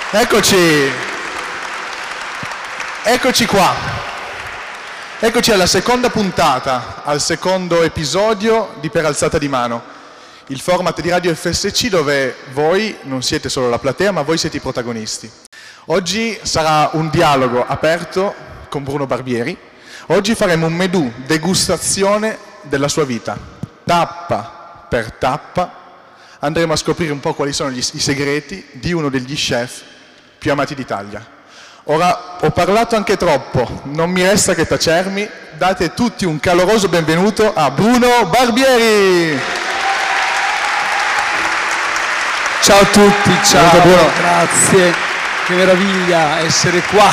Eccoci, eccoci qua, eccoci alla seconda puntata, al secondo episodio di Per alzata di mano, il format di Radio FSC dove voi non siete solo la platea ma voi siete i protagonisti. Oggi sarà un dialogo aperto con Bruno Barbieri, oggi faremo un menù degustazione della sua vita, tappa per tappa, andremo a scoprire un po' quali sono i segreti di uno degli chef più amati d'Italia. Ora, ho parlato anche troppo, non mi resta che tacermi, date tutti un caloroso benvenuto a Bruno Barbieri! Ciao a tutti, ciao, Bruno. Grazie, che meraviglia essere qua.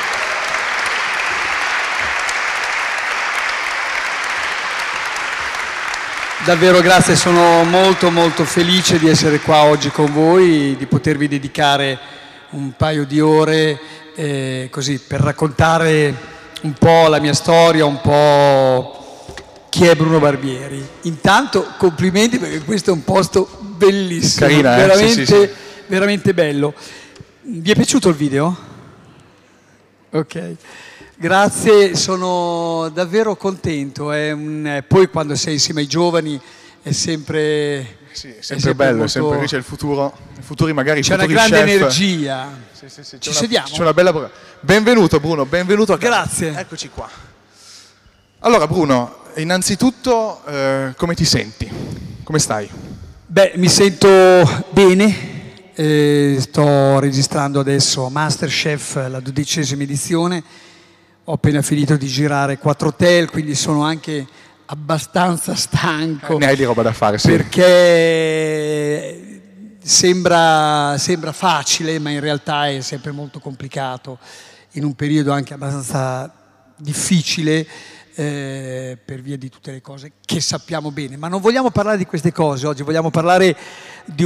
Davvero grazie, sono molto felice di essere qua oggi con voi, di potervi dedicare un paio di ore così per raccontare un po' la mia storia, un po' chi è Bruno Barbieri. Intanto complimenti perché questo è un posto bellissimo, carina, veramente, sì. veramente bello. Vi è piaciuto il video? Ok. Grazie, sono davvero contento. Poi quando sei insieme ai giovani è sempre... Sì, è sempre bello, molto... è sempre qui c'è il futuro, i futuri magari c'è futuri una grande chef. Energia. Sì. Ci sediamo? C'è una bella... Benvenuto Bruno, benvenuto a casa. Grazie. Eccoci qua. Allora Bruno, innanzitutto come ti senti? Come stai? Beh, mi sento bene, sto registrando adesso Masterchef, la 12ª edizione. Ho appena finito di girare 4 hotel, quindi sono anche abbastanza stanco. Ne hai di roba da fare, sì. Perché sembra facile, ma in realtà è sempre molto complicato, in un periodo anche abbastanza difficile per via di tutte le cose che sappiamo bene. Ma non vogliamo parlare di queste cose oggi, vogliamo parlare di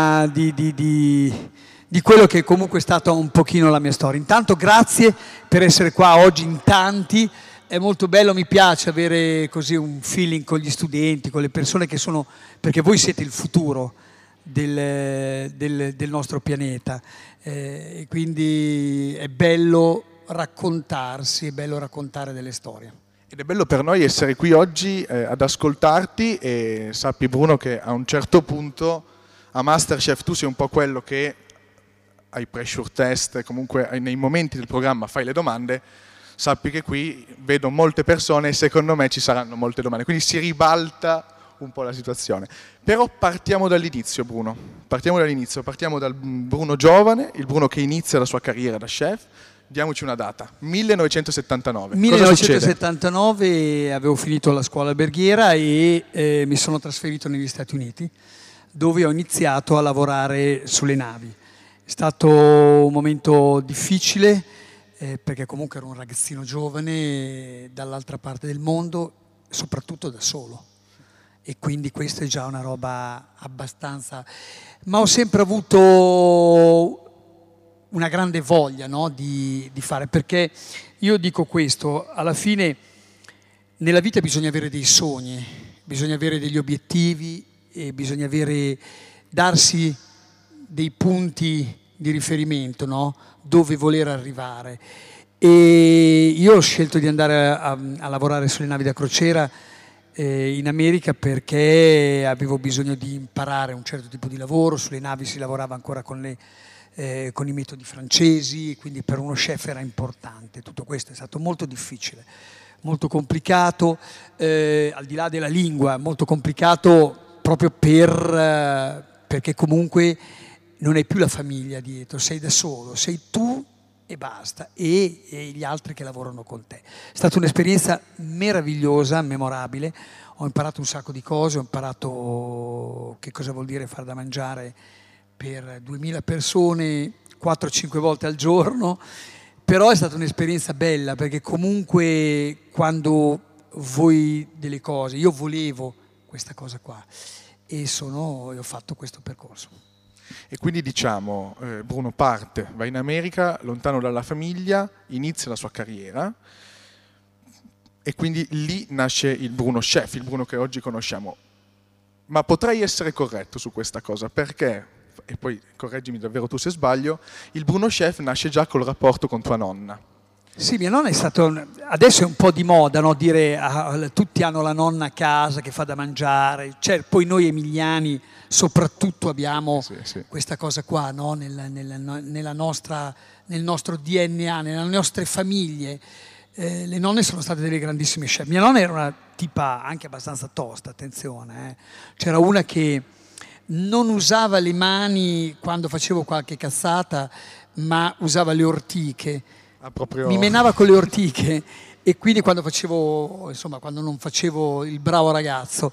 quello che comunque è stata un pochino la mia storia. Intanto grazie per essere qua oggi in tanti, è molto bello, mi piace avere così un feeling con gli studenti, con le persone che sono, perché voi siete il futuro del nostro pianeta, e quindi è bello raccontarsi, è bello raccontare delle storie. Ed è bello per noi essere qui oggi ad ascoltarti, e sappi Bruno che a un certo punto a Masterchef tu sei un po' quello che ai pressure test, comunque nei momenti del programma fai le domande, sappi che qui vedo molte persone e secondo me ci saranno molte domande, quindi si ribalta un po' la situazione. Però partiamo dall'inizio Bruno, partiamo dal Bruno giovane, il Bruno che inizia la sua carriera da chef. Diamoci una data, 1979. 1979 avevo finito la scuola alberghiera e mi sono trasferito negli Stati Uniti, dove ho iniziato a lavorare sulle navi. È stato un momento difficile perché comunque ero un ragazzino giovane dall'altra parte del mondo, soprattutto da solo. E quindi questa è già una roba abbastanza... Ma ho sempre avuto una grande voglia, no, di fare, perché io dico questo, alla fine nella vita bisogna avere dei sogni, bisogna avere degli obiettivi e bisogna darsi dei punti di riferimento, no? Dove voler arrivare. E io ho scelto di andare a lavorare sulle navi da crociera in America perché avevo bisogno di imparare un certo tipo di lavoro. Sulle navi si lavorava ancora con i metodi francesi, quindi per uno chef era importante. Tutto questo è stato molto difficile, molto complicato, al di là della lingua, molto complicato proprio perché comunque non hai più la famiglia dietro, sei da solo, sei tu e basta, e gli altri che lavorano con te. È stata un'esperienza meravigliosa, memorabile, ho imparato un sacco di cose, ho imparato che cosa vuol dire fare da mangiare per 2000 persone 4-5 volte al giorno, però è stata un'esperienza bella perché comunque quando vuoi delle cose, io volevo questa cosa qua e ho fatto questo percorso. E quindi diciamo, Bruno parte, va in America, lontano dalla famiglia, inizia la sua carriera e quindi lì nasce il Bruno chef, il Bruno che oggi conosciamo. Ma potrei essere corretto su questa cosa, perché e poi correggimi davvero tu se sbaglio, il Bruno Chef nasce già col rapporto con tua nonna. Sì, mia nonna è stato... Adesso è un po' di moda, no? Dire tutti hanno la nonna a casa che fa da mangiare. Cioè, poi noi emiliani soprattutto abbiamo questa cosa qua, no? Nel nostro DNA, nelle nostre famiglie. Le nonne sono state delle grandissime chef. Mia nonna era una tipa anche abbastanza tosta, attenzione. C'era una che non usava le mani quando facevo qualche cazzata, ma usava le ortiche. Mi menava con le ortiche e quindi quando non facevo il bravo ragazzo,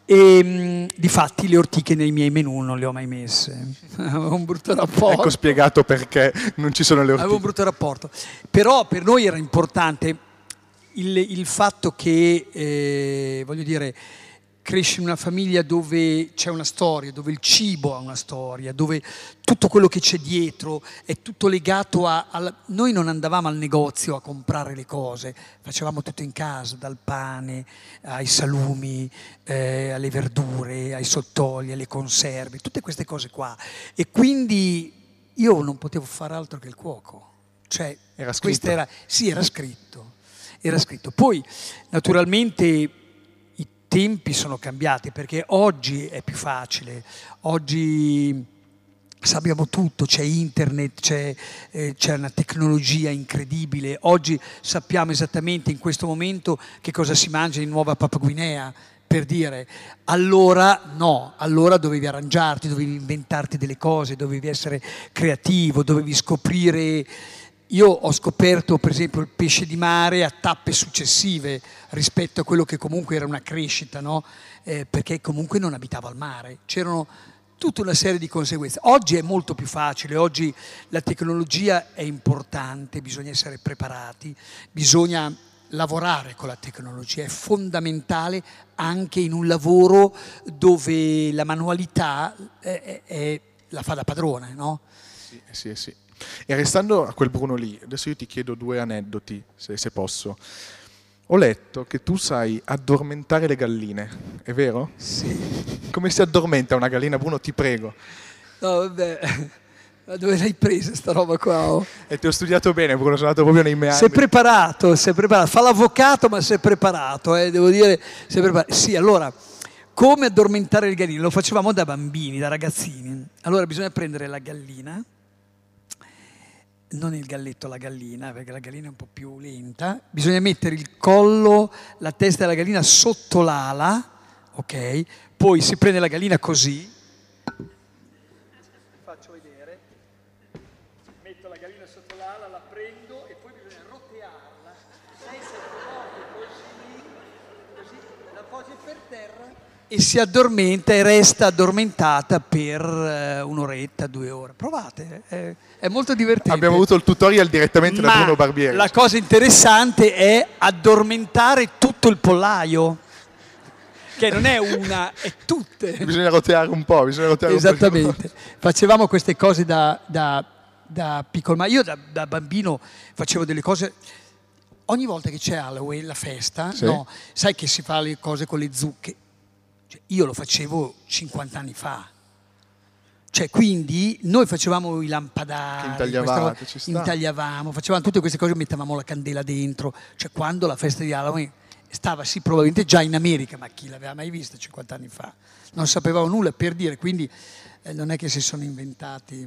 e difatti le ortiche nei miei menù non le ho mai messe. Avevo un brutto rapporto. Ecco spiegato perché non ci sono le ortiche. Avevo un brutto rapporto. Però per noi era importante il fatto che, voglio dire, cresci in una famiglia dove c'è una storia, dove il cibo ha una storia, dove tutto quello che c'è dietro è tutto legato Noi non andavamo al negozio a comprare le cose, facevamo tutto in casa, dal pane ai salumi, alle verdure, ai sottoli, alle conserve, tutte queste cose qua. E quindi io non potevo fare altro che il cuoco. Cioè, era scritto. Era scritto. Era scritto. Poi, naturalmente, tempi sono cambiati perché oggi è più facile, oggi sappiamo tutto, c'è internet, c'è una tecnologia incredibile, oggi sappiamo esattamente in questo momento che cosa si mangia in Nuova Papua Guinea, per dire. Allora no, allora dovevi arrangiarti, dovevi inventarti delle cose, dovevi essere creativo, dovevi scoprire. Io ho scoperto per esempio il pesce di mare a tappe successive rispetto a quello che comunque era una crescita, no? Perché comunque non abitavo al mare, c'erano tutta una serie di conseguenze. Oggi è molto più facile, oggi la tecnologia è importante, bisogna essere preparati, bisogna lavorare con la tecnologia, è fondamentale anche in un lavoro dove la manualità la fa da padrone, no? Sì. E restando a quel Bruno lì, adesso io ti chiedo 2 aneddoti, se posso. Ho letto che tu sai addormentare le galline, è vero? Sì. Come si addormenta una gallina, Bruno, ti prego? No, vabbè, ma dove l'hai presa sta roba qua? Oh? E ti ho studiato bene, Bruno, sono andato proprio nei meandri. Si è preparato, fa l'avvocato ma si è preparato, devo dire, si è preparato. Sì, allora, come addormentare le galline? Lo facevamo da bambini, da ragazzini. Allora bisogna prendere la gallina, non il galletto, la gallina, perché la gallina è un po' più lenta. Bisogna mettere il collo, la testa della gallina sotto l'ala, ok? Poi si prende la gallina così. Faccio vedere. Metto la gallina sotto l'ala, la prendo e poi bisogna rotearla senza muovere così, la poggi per terra e si addormenta e resta addormentata per un'oretta, 2 ore. Provate, è molto divertente. Abbiamo avuto il tutorial direttamente da Bruno Barbieri. La cosa interessante è addormentare tutto il pollaio, che non è una, è tutte. Bisogna roteare un po', Esattamente. Facevamo queste cose da piccolo, ma io da bambino facevo delle cose. Ogni volta che c'è Halloween, la festa, sì. No, sai che si fa le cose con le zucche. Io lo facevo 50 anni fa. Cioè, quindi noi facevamo i lampadari, intagliavamo, facevamo tutte queste cose, mettevamo la candela dentro. Cioè, quando la festa di Halloween stava sì probabilmente già in America, ma chi l'aveva mai vista 50 anni fa? Non sapevamo nulla, per dire, quindi non è che si sono inventati.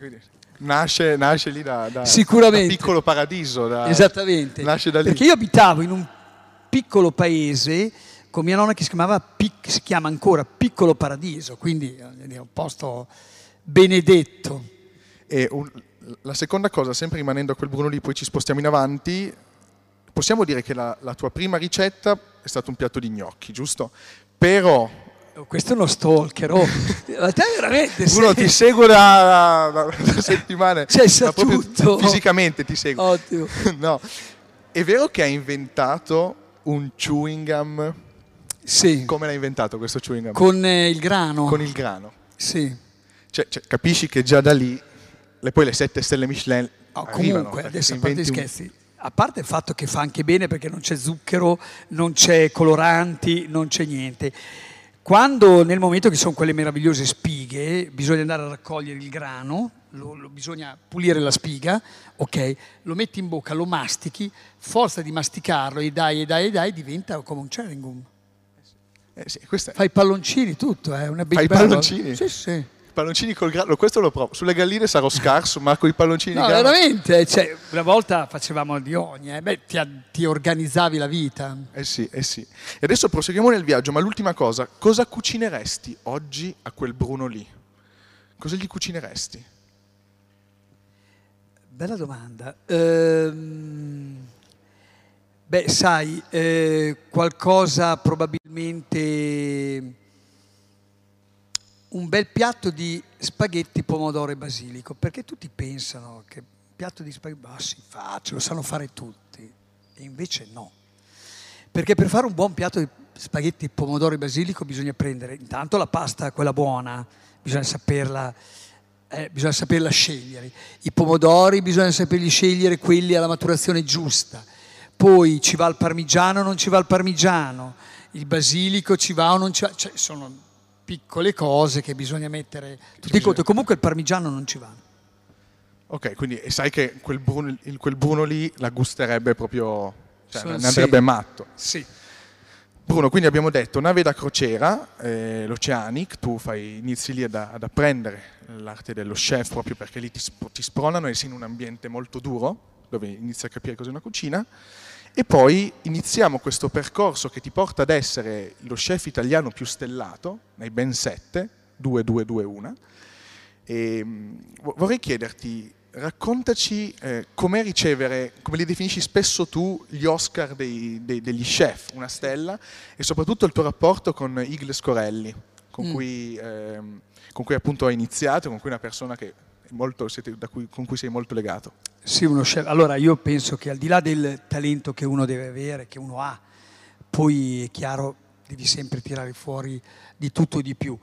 Nasce lì da piccolo paradiso. Esattamente. Nasce da lì. Perché io abitavo in un piccolo paese con mia nonna che si chiama ancora Piccolo Paradiso, quindi è un posto benedetto. E la seconda cosa, sempre rimanendo a quel Bruno lì, poi ci spostiamo in avanti, possiamo dire che la tua prima ricetta è stato un piatto di gnocchi, giusto? Però... Questo è uno stalker, ma te veramente Bruno, ti seguo da settimane, cioè, sa tutto. Fisicamente ti seguo. Ottimo. No, è vero che hai inventato un chewing gum? Sì. Come l'hai inventato questo chewing gum? Con il grano. Con il grano. Sì. Cioè, capisci che già da lì, poi le 7 stelle Michelin arrivano. Comunque, adesso a parte gli scherzi, a parte il fatto che fa anche bene perché non c'è zucchero, non c'è coloranti, non c'è niente. Quando, nel momento che sono quelle meravigliose spighe, spighe, bisogna andare a raccogliere il grano, bisogna pulire la spiga, ok? Lo metti in bocca, lo mastichi, forza di masticarlo e dai, diventa come un chewing gum. Sì, Fai palloncini, tutto, una Fai palloncini? Sì, sì. Palloncini col grano, questo lo provo. Sulle galline sarò scarso, ma con i palloncini No, di grano... veramente, cioè, una volta facevamo di ogni, ti organizzavi la vita. Sì. E adesso proseguiamo nel viaggio, ma l'ultima cosa, cosa cucineresti oggi a quel Bruno lì? Cosa gli cucineresti? Bella domanda. Sai, qualcosa probabilmente... un bel piatto di spaghetti, pomodoro e basilico, perché tutti pensano che piatto di spaghetti, si faccia, lo sanno fare tutti, e invece no. Perché per fare un buon piatto di spaghetti, pomodoro e basilico bisogna prendere intanto la pasta, quella buona, bisogna saperla scegliere, i pomodori bisogna saperli scegliere, quelli alla maturazione giusta, poi ci va il parmigiano o non ci va il parmigiano, il basilico ci va o non ci va, cioè sono piccole cose che bisogna mettere tutti in conto. Comunque il parmigiano non ci va. Ok, quindi sai che quel Bruno lì la gusterebbe proprio, cioè ne andrebbe matto. Sì. Bruno, quindi abbiamo detto nave da crociera, l'Oceanic, tu inizi lì ad apprendere l'arte dello chef proprio perché lì ti spronano e sei in un ambiente molto duro, dove inizi a capire cos'è una cucina. E poi iniziamo questo percorso che ti porta ad essere lo chef italiano più stellato, nei ben 7, 2, 2, 2, 1. E vorrei chiederti, raccontaci come li definisci spesso tu, gli Oscar degli chef, una stella, e soprattutto il tuo rapporto con Igle Scorelli, con cui appunto hai iniziato, con cui è una persona con cui sei molto legato. Sì, uno chef. Allora io penso che al di là del talento che uno deve avere, che uno ha, poi è chiaro, devi sempre tirare fuori di tutto e di più.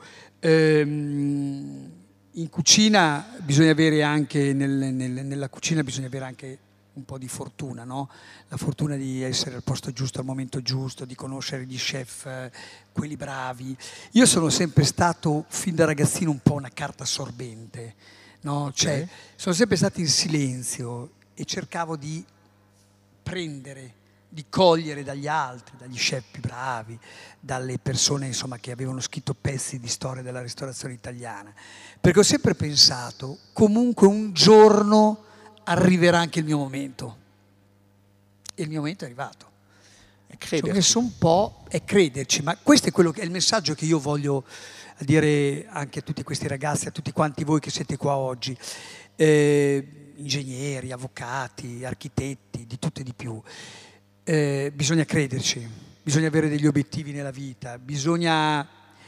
In cucina bisogna avere anche, nella cucina bisogna avere anche un po' di fortuna, no? La fortuna di essere al posto giusto, al momento giusto, di conoscere gli chef, quelli bravi. Io sono sempre stato, fin da ragazzino, un po' una carta assorbente. No, Okay. cioè, sono sempre stato in silenzio e cercavo di prendere, di cogliere dagli altri, dagli chef più bravi, dalle persone insomma, che avevano scritto pezzi di storia della ristorazione italiana. Perché ho sempre pensato, comunque un giorno arriverà anche il mio momento. E il mio momento è arrivato. Ci ho messo un po' e crederci, ma questo è quello che è il messaggio che io voglio dire anche a tutti questi ragazzi, a tutti quanti voi che siete qua oggi, ingegneri, avvocati, architetti, di tutto e di più. Bisogna crederci, bisogna avere degli obiettivi nella vita, bisogna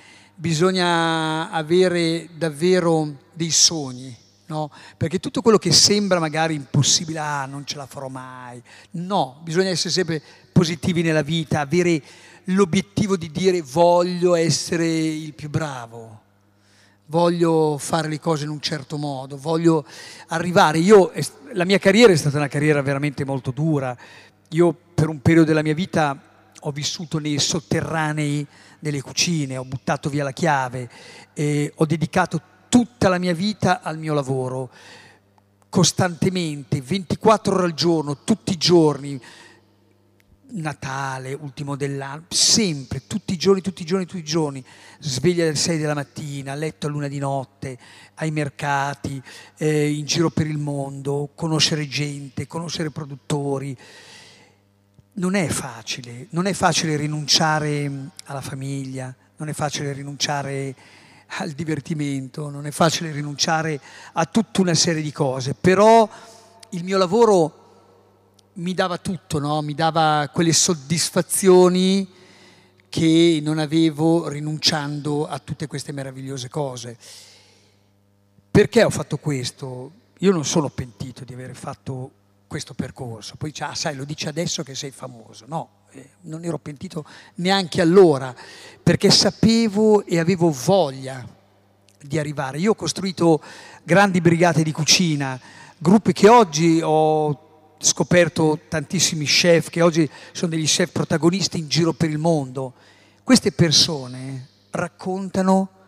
avere davvero dei sogni, no? Perché tutto quello che sembra magari impossibile, non ce la farò mai, no, bisogna essere sempre positivi nella vita, avere l'obiettivo di dire voglio essere il più bravo, voglio fare le cose in un certo modo, voglio arrivare. La mia carriera è stata una carriera veramente molto dura. Io per un periodo della mia vita ho vissuto nei sotterranei delle cucine, ho buttato via la chiave, ho dedicato tutta la mia vita al mio lavoro, costantemente, 24 ore al giorno, tutti i giorni, Natale, ultimo dell'anno, sempre, tutti i giorni, sveglia alle 6 della mattina, a letto all'1 di notte, ai mercati, in giro per il mondo, conoscere gente, conoscere produttori. Non è facile rinunciare alla famiglia, non è facile rinunciare al divertimento, non è facile rinunciare a tutta una serie di cose, però il mio lavoro mi dava tutto, no? Mi dava quelle soddisfazioni che non avevo rinunciando a tutte queste meravigliose cose. Perché ho fatto questo? Io non sono pentito di aver fatto questo percorso. Poi sai, lo dici adesso che sei famoso. No, non ero pentito neanche allora, perché sapevo e avevo voglia di arrivare. Io ho costruito grandi brigate di cucina, gruppi che oggi ho scoperto tantissimi chef che oggi sono degli chef protagonisti in giro per il mondo. Queste persone raccontano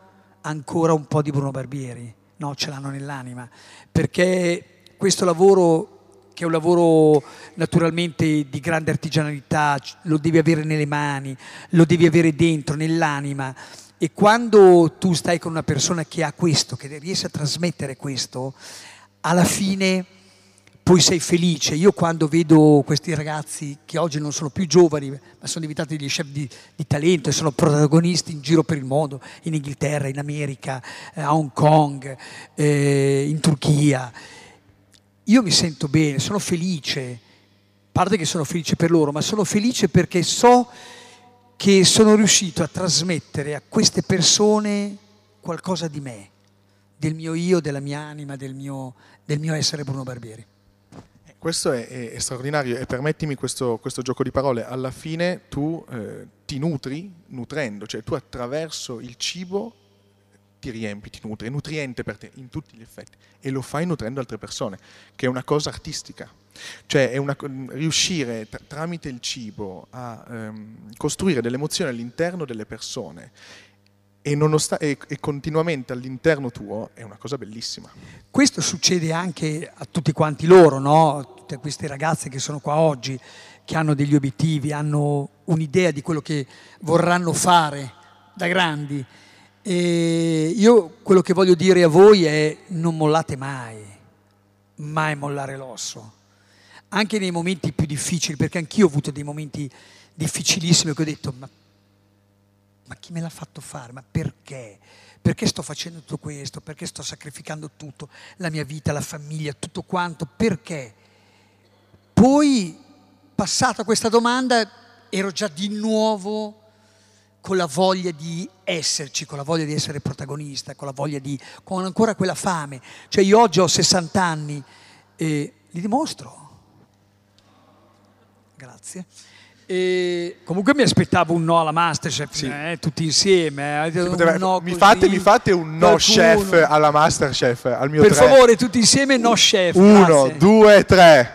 ancora un po' di Bruno Barbieri, no, ce l'hanno nell'anima, perché questo lavoro, che è un lavoro naturalmente di grande artigianalità, lo devi avere nelle mani, lo devi avere dentro, nell'anima, e quando tu stai con una persona che ha questo, che riesce a trasmettere questo, alla fine poi sei felice. Io quando vedo questi ragazzi che oggi non sono più giovani, ma sono diventati degli chef di talento e sono protagonisti in giro per il mondo, in Inghilterra, in America, a Hong Kong, in Turchia, io mi sento bene, sono felice. A parte che sono felice per loro, ma sono felice perché so che sono riuscito a trasmettere a queste persone qualcosa di me, del mio io, della mia anima, del mio essere Bruno Barbieri. Questo è straordinario, e permettimi questo gioco di parole. Alla fine tu ti nutri nutrendo, cioè tu attraverso il cibo ti riempi, ti nutri, è nutriente per te in tutti gli effetti, e lo fai nutrendo altre persone, che è una cosa artistica. Cioè è riuscire tramite il cibo a costruire delle emozioni all'interno delle persone e continuamente all'interno tuo, è una cosa bellissima. Questo succede anche a tutti quanti loro, no? Tutte queste ragazze che sono qua oggi, che hanno degli obiettivi, hanno un'idea di quello che vorranno fare da grandi. E io quello che voglio dire a voi è: non mollate mai, mai mollare l'osso. Anche nei momenti più difficili, perché anch'io ho avuto dei momenti difficilissimi che ho detto ma chi me l'ha fatto fare? Ma perché? Perché sto facendo tutto questo? Perché sto sacrificando tutto? La mia vita, la famiglia, tutto quanto? Perché? Poi, passata questa domanda, ero già di nuovo con la voglia di esserci, con la voglia di essere protagonista, con ancora quella fame. Cioè io oggi ho 60 anni e li dimostro. Grazie. E comunque mi aspettavo un no alla Masterchef, sì. Tutti insieme. Mi fate un no chef alla Masterchef, al mio per 3. favore, tutti insieme no chef. 1, 2, 3.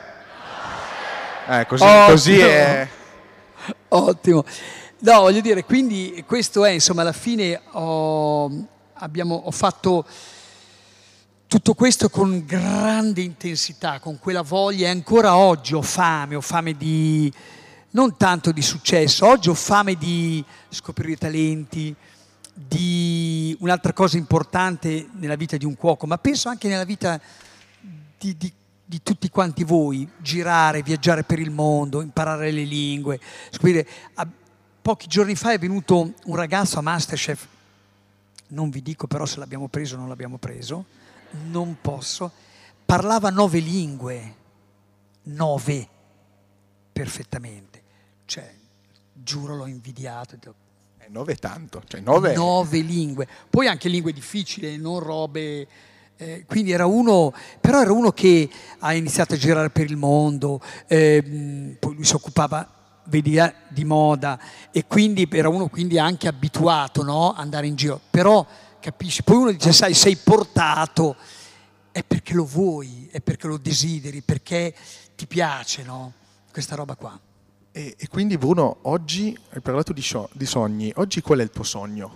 Così è. Ottimo. No, voglio dire, quindi questo è, insomma, alla fine ho fatto tutto questo con grande intensità, con quella voglia, e ancora oggi ho fame di, non tanto di successo, oggi ho fame di scoprire talenti, di un'altra cosa importante nella vita di un cuoco, ma penso anche nella vita di tutti quanti voi: girare, viaggiare per il mondo, imparare le lingue, scoprire. Pochi giorni fa è venuto un ragazzo a Masterchef, non vi dico però se l'abbiamo preso o non l'abbiamo preso, non posso, parlava 9 lingue, 9 perfettamente, cioè giuro l'ho invidiato. 9 è tanto, cioè 9 lingue, poi anche lingue difficili, non robe, quindi era uno che ha iniziato a girare per il mondo, poi lui si occupava, vedi, di moda, e quindi era uno quindi anche abituato, no? Andare in giro, però capisci, poi uno dice: sai, sei portato, è perché lo vuoi, è perché lo desideri, perché ti piace, no? Questa roba qua. E quindi Bruno, oggi hai parlato di sogni, oggi qual è il tuo sogno?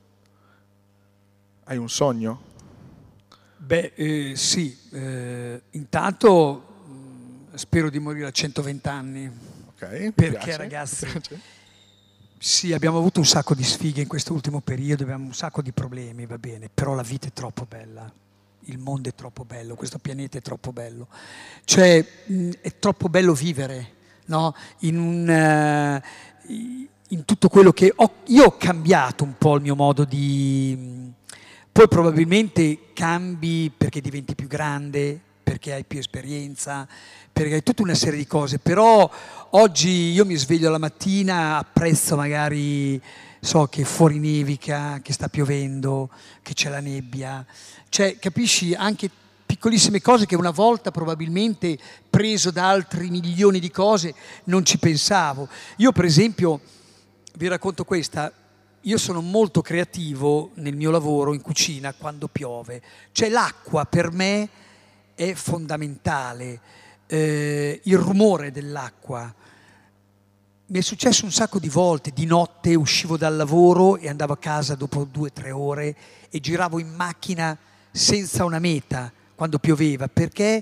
Hai un sogno? Beh, sì, intanto spero di morire a 120 anni, okay, perché ragazzi, sì, abbiamo avuto un sacco di sfighe in questo ultimo periodo, abbiamo un sacco di problemi, va bene, però la vita è troppo bella, il mondo è troppo bello, questo pianeta è troppo bello, cioè è troppo bello vivere, no? In tutto quello che io ho cambiato un po' il mio modo di... Poi probabilmente cambi perché diventi più grande, perché hai più esperienza, perché hai tutta una serie di cose, però oggi io mi sveglio la mattina, apprezzo magari, so che fuori nevica, che sta piovendo, che c'è la nebbia, cioè capisci anche piccolissime cose che una volta probabilmente, preso da altri milioni di cose, non ci pensavo. Io per esempio, vi racconto questa, io sono molto creativo nel mio lavoro in cucina quando piove, cioè l'acqua per me è fondamentale, il rumore dell'acqua, mi è successo un sacco di volte, di notte uscivo dal lavoro e andavo a casa dopo 2 o 3 ore e giravo in macchina senza una meta quando pioveva, perché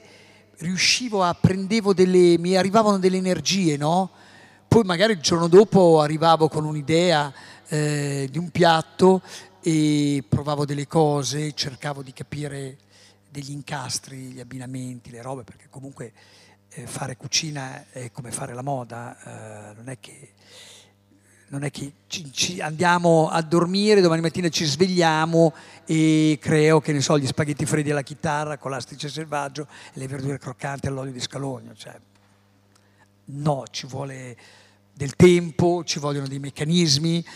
mi arrivavano delle energie, no? Poi magari il giorno dopo arrivavo con un'idea di un piatto e provavo delle cose, cercavo di capire degli incastri, gli abbinamenti, le robe, perché comunque fare cucina è come fare la moda, non è che ci andiamo a dormire, domani mattina ci svegliamo e creo, che ne so, gli spaghetti freddi alla chitarra con l'astice selvaggio e le verdure croccanti all'olio di scalogno. Cioè, no, ci vuole del tempo, ci vogliono dei meccanismi.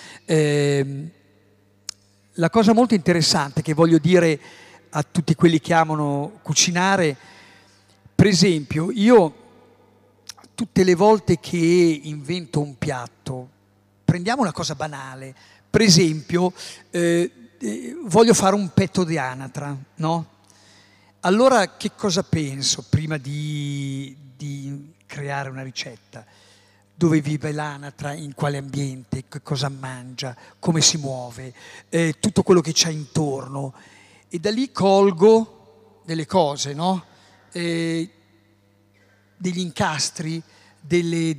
La cosa molto interessante che voglio dire a tutti quelli che amano cucinare, per esempio, io tutte le volte che invento un piatto, prendiamo una cosa banale, per esempio voglio fare un petto di anatra, no? Allora che cosa penso prima di creare una ricetta? Dove vive l'anatra, in quale ambiente, che cosa mangia, come si muove, tutto quello che c'è intorno. E da lì colgo delle cose, no? Degli incastri, dei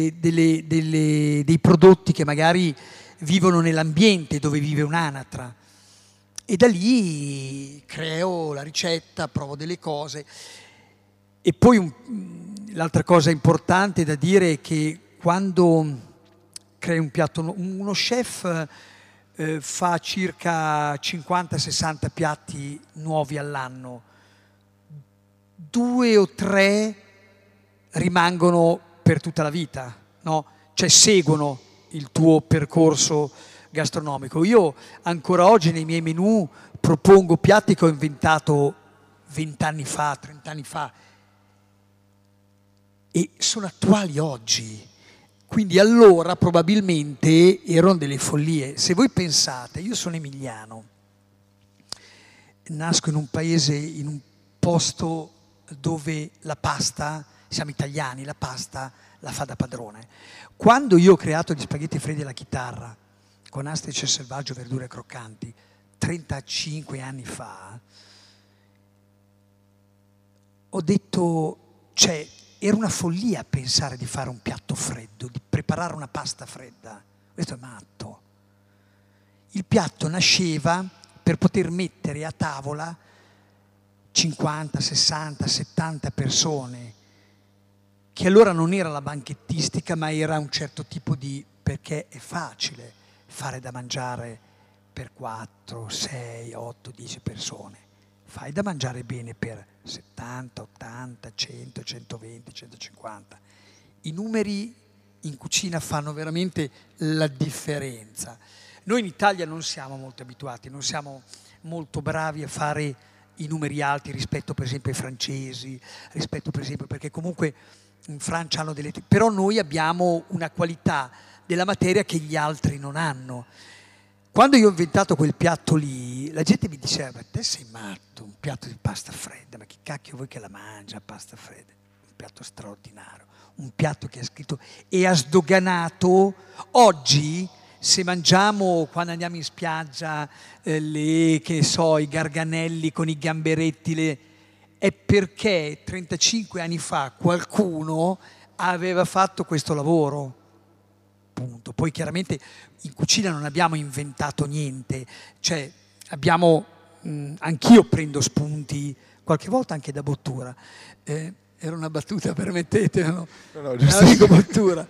prodotti che magari vivono nell'ambiente dove vive un'anatra. E da lì creo la ricetta, provo delle cose. E poi l'altra cosa importante da dire è che quando crei un piatto, uno chef fa circa 50-60 piatti nuovi all'anno, 2 o 3 rimangono per tutta la vita, no? Cioè seguono il tuo percorso gastronomico. Io ancora oggi nei miei menù propongo piatti che ho inventato 20 anni fa, 30 anni fa e sono attuali oggi. Quindi allora probabilmente erano delle follie. Se voi pensate, io sono emiliano, nasco in un paese, in un posto dove la pasta, siamo italiani, la pasta la fa da padrone. Quando io ho creato gli spaghetti freddi alla chitarra, con astice selvaggio, verdure croccanti, 35 anni fa, ho detto, cioè, era una follia pensare di fare un piatto freddo, di preparare una pasta fredda. Questo è matto. Il piatto nasceva per poter mettere a tavola 50, 60, 70 persone, che allora non era la banchettistica, ma era un certo tipo di... perché è facile fare da mangiare per 4, 6, 8, 10 persone. Fai da mangiare bene per 70, 80, 100, 120, 150. I numeri in cucina fanno veramente la differenza. Noi in Italia non siamo molto abituati, non siamo molto bravi a fare i numeri alti rispetto per esempio ai francesi, rispetto per esempio perché comunque in Francia hanno delle... però noi abbiamo una qualità della materia che gli altri non hanno. Quando io ho inventato quel piatto lì, la gente mi diceva, ma te sei matto, un piatto di pasta fredda, ma chi cacchio vuoi che la mangia pasta fredda? Un piatto straordinario, un piatto che ha scritto e ha sdoganato. Oggi, se mangiamo, quando andiamo in spiaggia, che ne so, i garganelli con i gamberetti, è perché 35 anni fa qualcuno aveva fatto questo lavoro. Punto. Poi chiaramente in cucina non abbiamo inventato niente, cioè abbiamo, anch'io prendo spunti, qualche volta anche da Bottura, era una battuta, permettete, no? No, dico Bottura.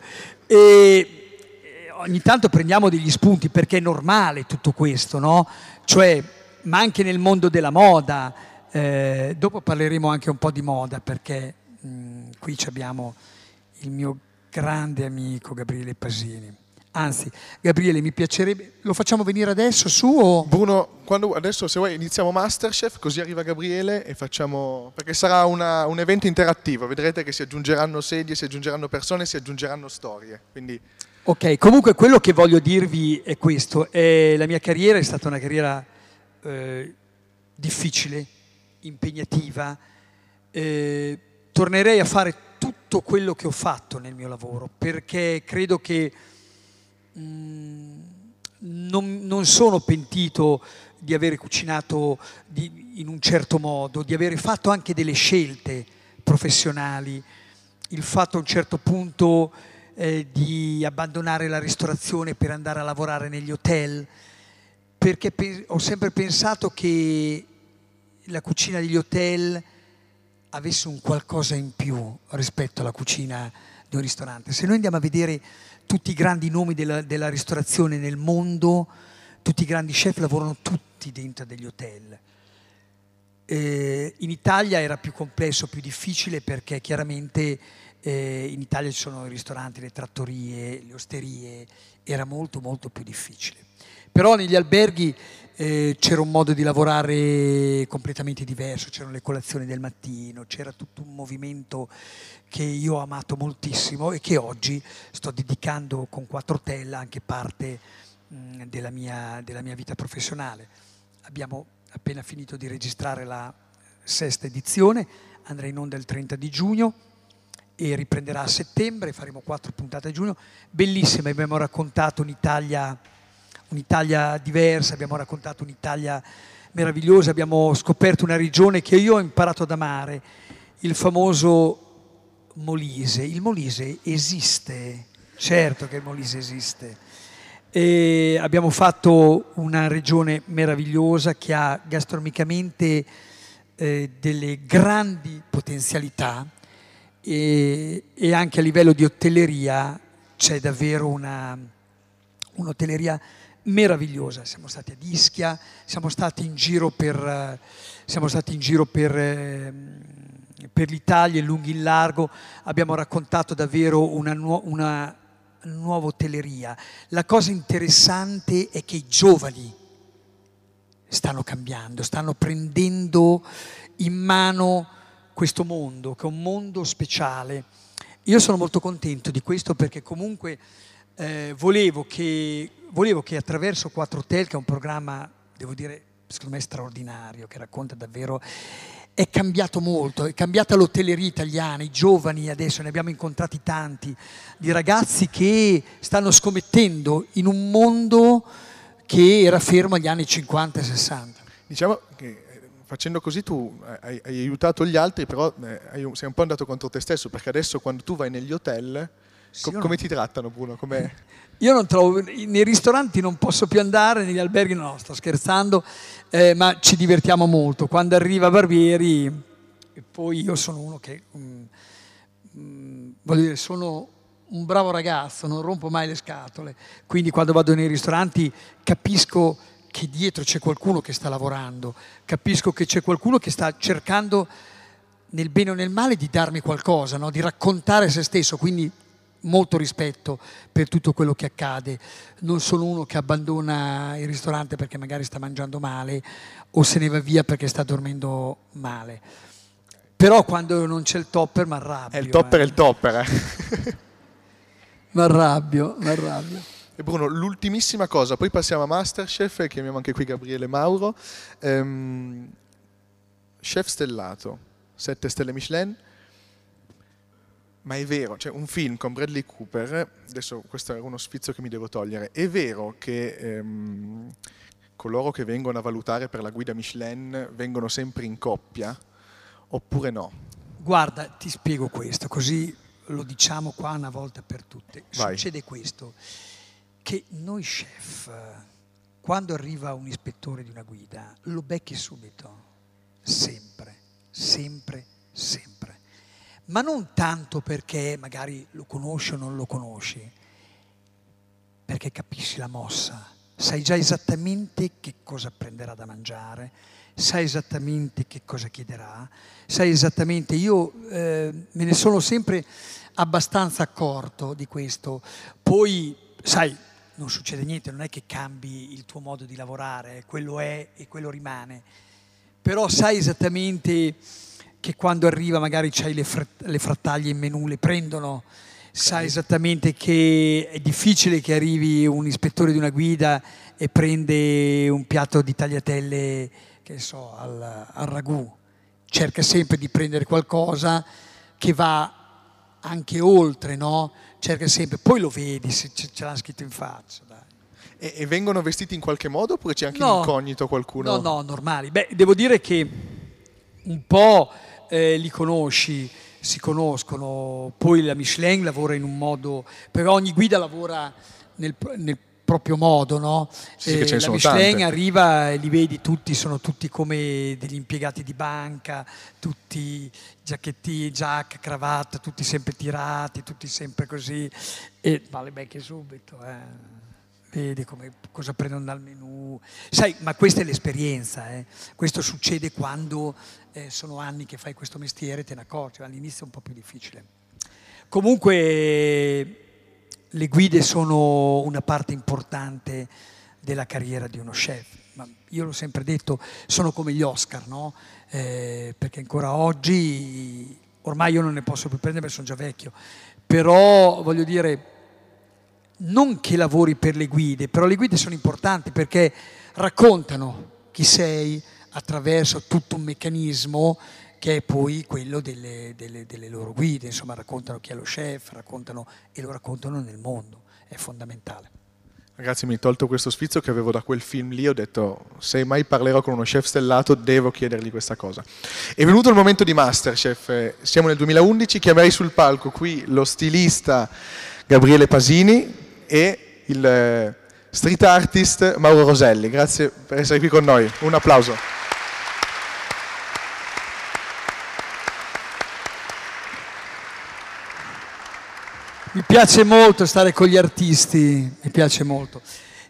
E ogni tanto prendiamo degli spunti perché è normale tutto questo, no? Cioè, ma anche nel mondo della moda, dopo parleremo anche un po' di moda perché qui abbiamo il mio grande amico Gabriele Pasini. Anzi, Gabriele, mi piacerebbe... Lo facciamo venire adesso su o... Bruno, adesso se vuoi iniziamo Masterchef, così arriva Gabriele e facciamo... Perché sarà un evento interattivo, vedrete che si aggiungeranno sedie, si aggiungeranno persone, si aggiungeranno storie. Quindi... Ok, comunque quello che voglio dirvi è questo. La mia carriera è stata una carriera difficile, impegnativa. Tornerei a fare tutto quello che ho fatto nel mio lavoro, perché credo che non sono pentito di aver cucinato in un certo modo, di aver fatto anche delle scelte professionali, il fatto a un certo punto di abbandonare la ristorazione per andare a lavorare negli hotel, perché ho sempre pensato che la cucina degli hotel avesse un qualcosa in più rispetto alla cucina di un ristorante. Se noi andiamo a vedere tutti i grandi nomi della ristorazione nel mondo, tutti i grandi chef lavorano tutti dentro degli hotel. In Italia era più complesso, più difficile, perché chiaramente in Italia ci sono i ristoranti, le trattorie, le osterie, era molto molto più difficile. Però negli alberghi c'era un modo di lavorare completamente diverso, c'erano le colazioni del mattino, c'era tutto un movimento che io ho amato moltissimo e che oggi sto dedicando con 4 Hotel anche parte della mia vita professionale. Abbiamo appena finito di registrare la 6ª edizione, andrà in onda il 30 di giugno e riprenderà a settembre, faremo 4 puntate a giugno, bellissime, abbiamo raccontato un'Italia diversa, abbiamo raccontato un'Italia meravigliosa, abbiamo scoperto una regione che io ho imparato ad amare, il famoso Molise. Il Molise esiste, certo che il Molise esiste. E abbiamo fatto una regione meravigliosa che ha gastronomicamente delle grandi potenzialità e anche a livello di hotelleria c'è davvero un'hotelleria meravigliosa. Siamo stati ad Ischia, siamo stati in giro per l'Italia in lungo e in largo, abbiamo raccontato davvero una nuova hotelleria. La cosa interessante è che i giovani stanno cambiando, stanno prendendo in mano questo mondo, che è un mondo speciale. Io sono molto contento di questo, perché comunque volevo che attraverso 4 Hotel, che è un programma, devo dire, secondo me straordinario, che racconta davvero, è cambiato molto, è cambiata l'hotelleria italiana, i giovani adesso, ne abbiamo incontrati tanti, di ragazzi che stanno scommettendo in un mondo che era fermo agli anni 50 e 60. Diciamo che facendo così tu hai aiutato gli altri, però sei un po' andato contro te stesso, perché adesso quando tu vai negli hotel, come ti trattano, Bruno? Io non trovo, nei ristoranti non posso più andare, negli alberghi no, sto scherzando, ma ci divertiamo molto. Quando arriva Barbieri, e poi io sono uno che, voglio dire, sono un bravo ragazzo, non rompo mai le scatole, quindi quando vado nei ristoranti capisco che dietro c'è qualcuno che sta lavorando, capisco che c'è qualcuno che sta cercando, nel bene o nel male, di darmi qualcosa, no? Di raccontare se stesso, quindi molto rispetto per tutto quello che accade. Non sono uno che abbandona il ristorante perché magari sta mangiando male o se ne va via perché sta dormendo male. Però quando non c'è il topper mi arrabbio. Il topper è il topper. Mi arrabbio. E Bruno, l'ultimissima cosa, poi passiamo a Masterchef e chiamiamo anche qui Gabriele Mauro. Chef stellato, 7 stelle Michelin. Ma è vero, c'è un film con Bradley Cooper, adesso questo è uno sfizio che mi devo togliere, è vero che coloro che vengono a valutare per la guida Michelin vengono sempre in coppia, oppure no? Guarda, ti spiego questo, così lo diciamo qua una volta per tutte. Vai. Succede questo, che noi chef, quando arriva un ispettore di una guida, lo becchi subito, sempre. Ma non tanto perché magari lo conosci o non lo conosci, perché capisci la mossa, sai già esattamente che cosa prenderà da mangiare, sai esattamente che cosa chiederà, sai esattamente, io me ne sono sempre abbastanza accorto di questo. Poi, sai, non succede niente, non è che cambi il tuo modo di lavorare, quello è e quello rimane, però sai esattamente che quando arriva magari c'hai le frattaglie in menù, le prendono, sai esattamente che è difficile che arrivi un ispettore di una guida e prende un piatto di tagliatelle, che so, al ragù, cerca sempre di prendere qualcosa che va anche oltre, no? Cerca sempre, poi lo vedi se ce l'hanno scritto in faccia, dai. E vengono vestiti in qualche modo oppure c'è anche No, in incognito qualcuno? no, normali. Beh, devo dire che un po' li conosci, si conoscono, poi la Michelin lavora in un modo, però ogni guida lavora nel proprio modo, no? Sì, che ce ne La sono Michelin tante. arriva e li vedi tutti, sono tutti come degli impiegati di banca, tutti giacchetti, giacca, cravatta, tutti sempre tirati, tutti sempre così, e vale becche subito, Vedi cosa prendono dal menù. Sai, ma questa è l'esperienza, Questo succede quando sono anni che fai questo mestiere, te ne accorgi, all'inizio è un po' più difficile. Comunque le guide sono una parte importante della carriera di uno chef. Ma io l'ho sempre detto, sono come gli Oscar, no? Perché ancora oggi, ormai io non ne posso più prendere perché sono già vecchio, però voglio dire, non che lavori per le guide, però le guide sono importanti perché raccontano chi sei attraverso tutto un meccanismo che è poi quello delle loro guide, insomma raccontano chi è lo chef, raccontano e lo raccontano nel mondo, è fondamentale. Ragazzi, mi hai tolto questo sfizio che avevo da quel film lì, ho detto se mai parlerò con uno chef stellato devo chiedergli questa cosa. È venuto il momento di Masterchef, siamo nel 2011, chiamerei sul palco qui lo stilista Gabriele Pasini e il street artist Mauro Roselli. Grazie per essere qui con noi, un applauso. Mi piace molto stare con gli artisti, mi piace molto.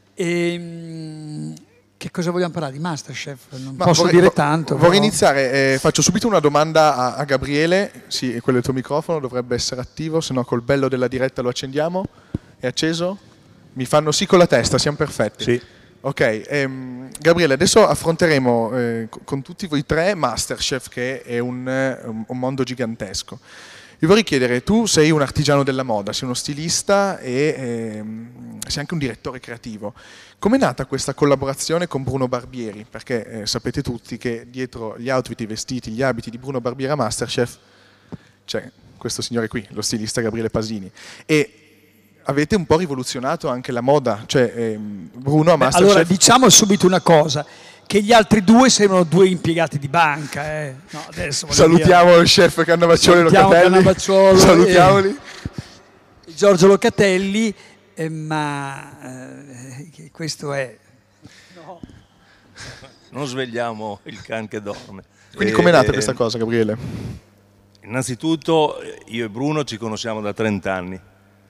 Che cosa vogliamo parlare di Masterchef? Non posso dire tanto. Vorrei però iniziare, faccio subito una domanda a Gabriele. Sì, quello è il tuo microfono, dovrebbe essere attivo, se no col bello della diretta lo accendiamo. È acceso? Mi fanno sì con la testa, siamo perfetti. Sì. Ok, Gabriele, adesso affronteremo con tutti voi tre Masterchef, che è un mondo gigantesco. Vi vorrei chiedere, tu sei un artigiano della moda, sei uno stilista e sei anche un direttore creativo. Com'è nata questa collaborazione con Bruno Barbieri? Perché sapete tutti che dietro gli outfit, i vestiti, gli abiti di Bruno Barbieri a Masterchef c'è questo signore qui, lo stilista Gabriele Pasini. E avete un po' rivoluzionato anche la moda, cioè Bruno a Masterchef... Allora, diciamo subito una cosa, che gli altri due sembrano due impiegati di banca. No, adesso salutiamo lo chef Cannavacciolo Locatelli. Salutiamoli. Giorgio Locatelli, ma questo è... No. Non svegliamo il can che dorme. Quindi com'è nata questa cosa, Gabriele? Innanzitutto io e Bruno ci conosciamo da 30 anni.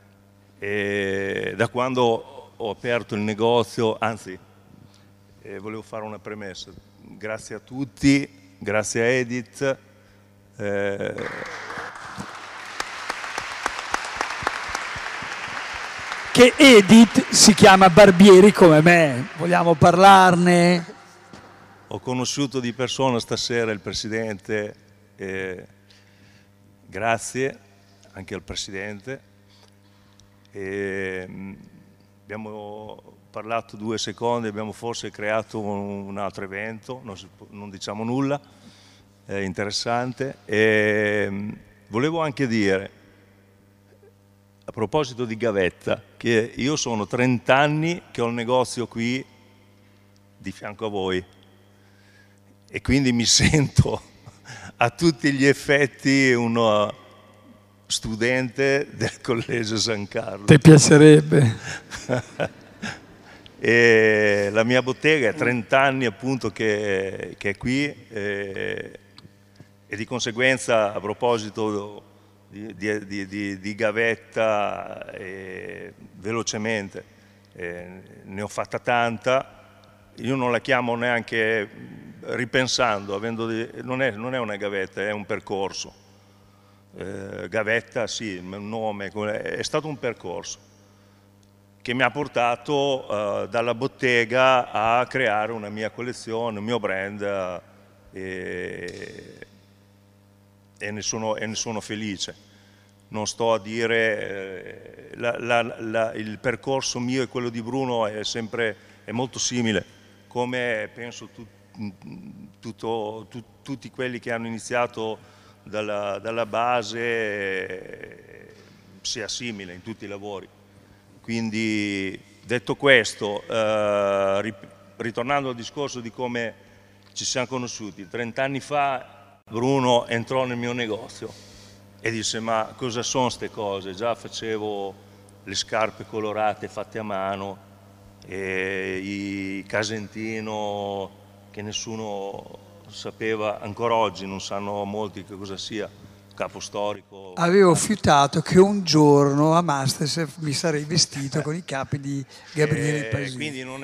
E da quando ho aperto il negozio, anzi, volevo fare una premessa. Grazie a tutti, grazie a Edith. Che Edith si chiama Barbieri come me, vogliamo parlarne? Ho conosciuto di persona stasera il Presidente, grazie anche al Presidente. Abbiamo parlato 2 secondi, abbiamo forse creato un altro evento, non diciamo nulla, è interessante. Volevo anche dire, a proposito di gavetta, che io sono 30 anni che ho il negozio qui di fianco a voi e quindi mi sento a tutti gli effetti uno studente del Collegio San Carlo. Ti piacerebbe? E la mia bottega è 30 anni appunto che è qui e di conseguenza, a proposito di gavetta, velocemente, ne ho fatta tanta. Io non la chiamo neanche ripensando, non è una gavetta, è un percorso. Gavetta, sì, il nome, è stato un percorso che mi ha portato dalla bottega a creare una mia collezione, un mio brand e ne sono felice. Non sto a dire, il percorso mio e quello di Bruno è molto simile, come penso tutti quelli che hanno iniziato dalla base sia simile in tutti i lavori. Quindi, detto questo, ritornando al discorso di come ci siamo conosciuti, 30 anni fa Bruno entrò nel mio negozio e disse: ma cosa sono queste cose? Già facevo le scarpe colorate fatte a mano, e i Casentino che nessuno sapeva, ancora oggi non sanno molti che cosa sia, capo storico. Avevo fiutato che un giorno a Masterchef mi sarei vestito con i capi di Gabriele Pasini. Quindi non è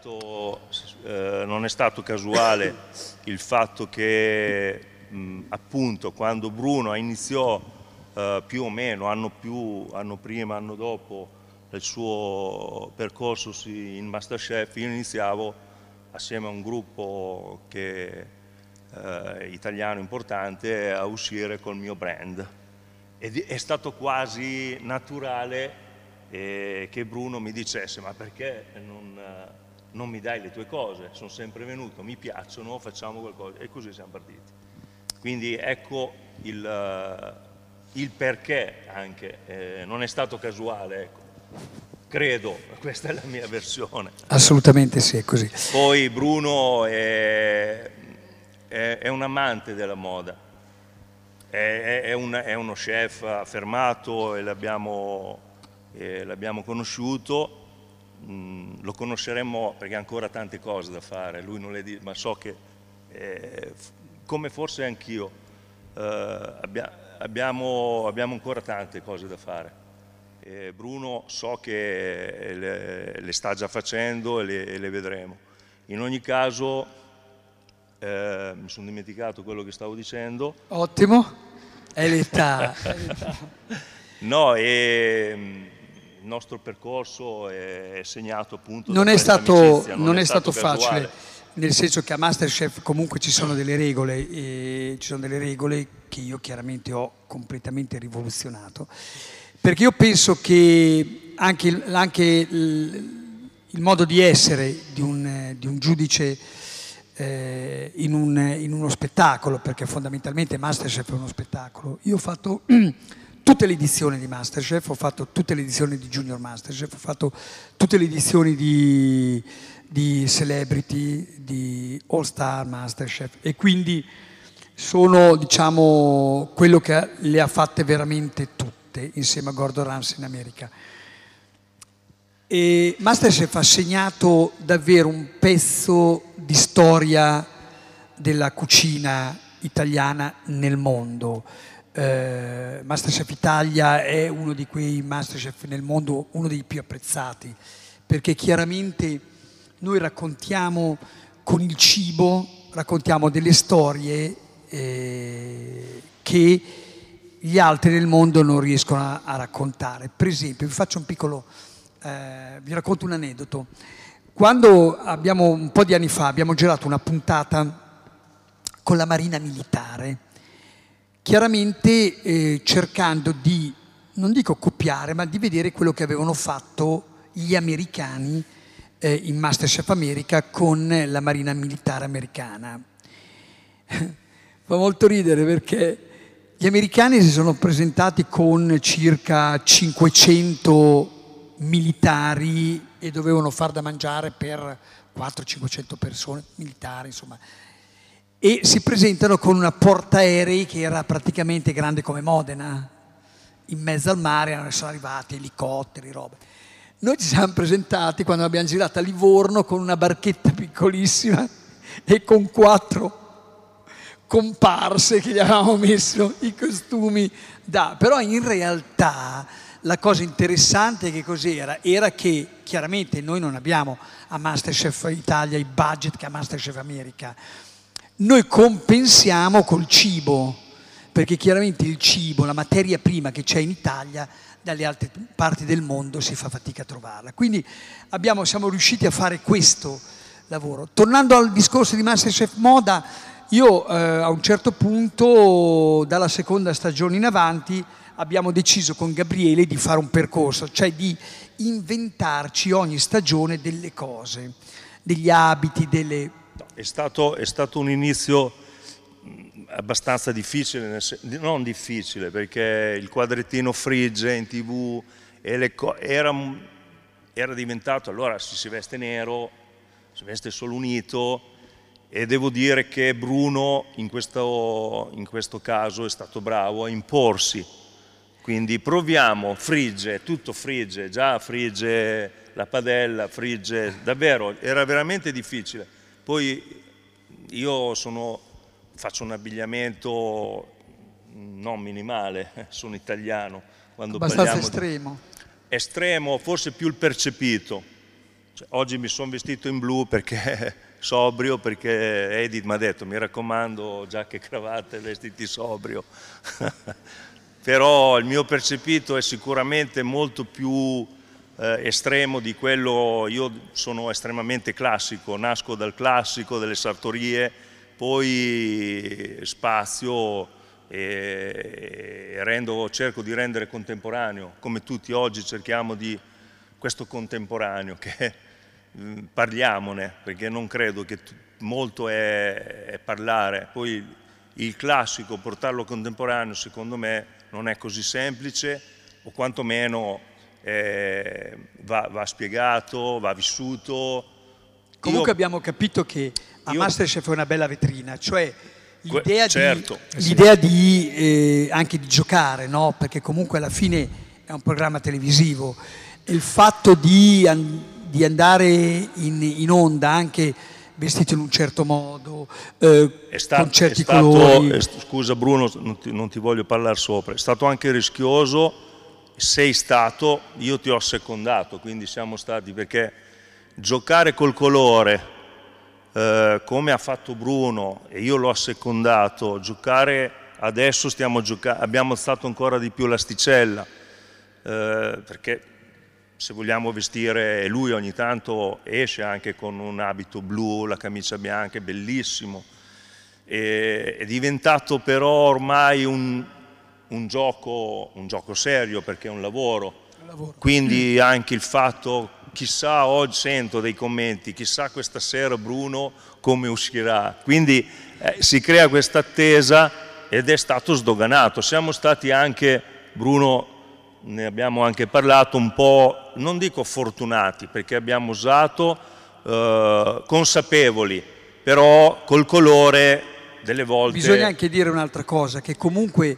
stato casuale il fatto che appunto quando Bruno iniziò più o meno anno prima, anno dopo il suo percorso in Masterchef, io iniziavo assieme a un gruppo italiano importante a uscire col mio brand. Ed è stato quasi naturale che Bruno mi dicesse: ma perché non mi dai le tue cose? Sono sempre venuto, mi piacciono, facciamo qualcosa. E così siamo partiti. Quindi ecco il perché anche, non è stato casuale, ecco. Credo, questa è la mia versione. Assolutamente sì, è così. Poi Bruno è un amante della moda, è uno chef affermato e l'abbiamo conosciuto, lo conosceremo perché ha ancora tante cose da fare, lui non le dice, ma so che, come forse anch'io, abbiamo ancora tante cose da fare. Bruno so che le sta già facendo e le vedremo. In ogni caso, mi sono dimenticato quello che stavo dicendo. Ottimo, è l'età. No, il nostro percorso è segnato appunto non da è questa stato, amicizia, non è stato casuale. facile, nel senso che a Masterchef comunque ci sono delle regole, e ci sono delle regole che io chiaramente ho completamente rivoluzionato, perché io penso che anche il modo di essere di un giudice in uno spettacolo, perché fondamentalmente Masterchef è uno spettacolo. Io ho fatto tutte le edizioni di Masterchef, ho fatto tutte le edizioni di Junior Masterchef, ho fatto tutte le edizioni di Celebrity, di All Star Masterchef, e quindi sono, diciamo, quello che le ha fatte veramente tutte insieme a Gordon Ramsay in America. E Masterchef ha segnato davvero un pezzo di storia della cucina italiana nel mondo. Masterchef Italia è uno di quei Masterchef nel mondo, uno dei più apprezzati, perché chiaramente noi raccontiamo con il cibo, raccontiamo delle storie che gli altri nel mondo non riescono a raccontare. Per esempio, vi racconto un aneddoto. Quando un po' di anni fa abbiamo girato una puntata con la Marina Militare, chiaramente cercando di, non dico copiare, ma di vedere quello che avevano fatto gli americani in Masterchef America con la Marina Militare americana. Fa molto ridere perché gli americani si sono presentati con circa 500 militari e dovevano far da mangiare per 400-500 persone, militari insomma, e si presentano con una portaerei che era praticamente grande come Modena, in mezzo al mare, sono arrivati elicotteri, robe. Noi ci siamo presentati quando abbiamo girato a Livorno con una barchetta piccolissima e con 4 comparse che gli avevamo messo i costumi però in realtà la cosa interessante che cos'era? Era che chiaramente noi non abbiamo a Masterchef Italia i budget che a Masterchef America. Noi compensiamo col cibo, perché chiaramente il cibo, la materia prima che c'è in Italia, dalle altre parti del mondo si fa fatica a trovarla. Quindi siamo riusciti a fare questo lavoro. Tornando al discorso di Masterchef Moda, io a un certo punto, dalla seconda stagione in avanti, abbiamo deciso con Gabriele di fare un percorso, cioè di inventarci ogni stagione delle cose, degli abiti, delle... È stato un inizio, abbastanza difficile, non difficile, perché il quadrettino frigge in TV e era diventato, allora si veste nero, si veste solo unito, e devo dire che Bruno in questo caso è stato bravo a imporsi. Quindi proviamo, frigge, tutto frigge, già frigge la padella, frigge, davvero, era veramente difficile. Poi io faccio un abbigliamento non minimale, sono italiano. Quando abbastanza estremo. Estremo, forse più il percepito. Cioè, oggi mi sono vestito in blu perché sobrio, perché Edith mi ha detto, mi raccomando, giacche e cravatte, vestiti sobrio. Però il mio percepito è sicuramente molto più estremo di quello. Io sono estremamente classico, nasco dal classico, delle sartorie, poi spazio e cerco di rendere contemporaneo, come tutti oggi cerchiamo di questo contemporaneo, che parliamone, perché non credo che molto è parlare. Poi il classico, portarlo contemporaneo, secondo me non è così semplice, o quantomeno va spiegato, va vissuto. Comunque abbiamo capito che Masterchef è una bella vetrina, cioè l'idea certo, anche di giocare, no? Perché comunque alla fine è un programma televisivo, e il fatto di andare in onda anche vestito in un certo modo, con certi colori. Scusa Bruno, non ti voglio parlare sopra, è stato anche rischioso, io ti ho secondato, quindi siamo stati, perché giocare col colore, come ha fatto Bruno e io l'ho assecondato, giocare adesso abbiamo alzato ancora di più l'asticella, perché se vogliamo vestire, e lui ogni tanto esce anche con un abito blu, la camicia bianca, è bellissimo, è diventato però ormai un gioco serio, perché è un lavoro. Quindi anche il fatto, chissà, oggi sento dei commenti, chissà questa sera Bruno come uscirà, quindi si crea questa attesa ed è stato sdoganato. Siamo stati anche, Bruno, ne abbiamo anche parlato, un po', non dico fortunati, perché abbiamo usato, consapevoli, però col colore delle volte. Bisogna anche dire un'altra cosa, che comunque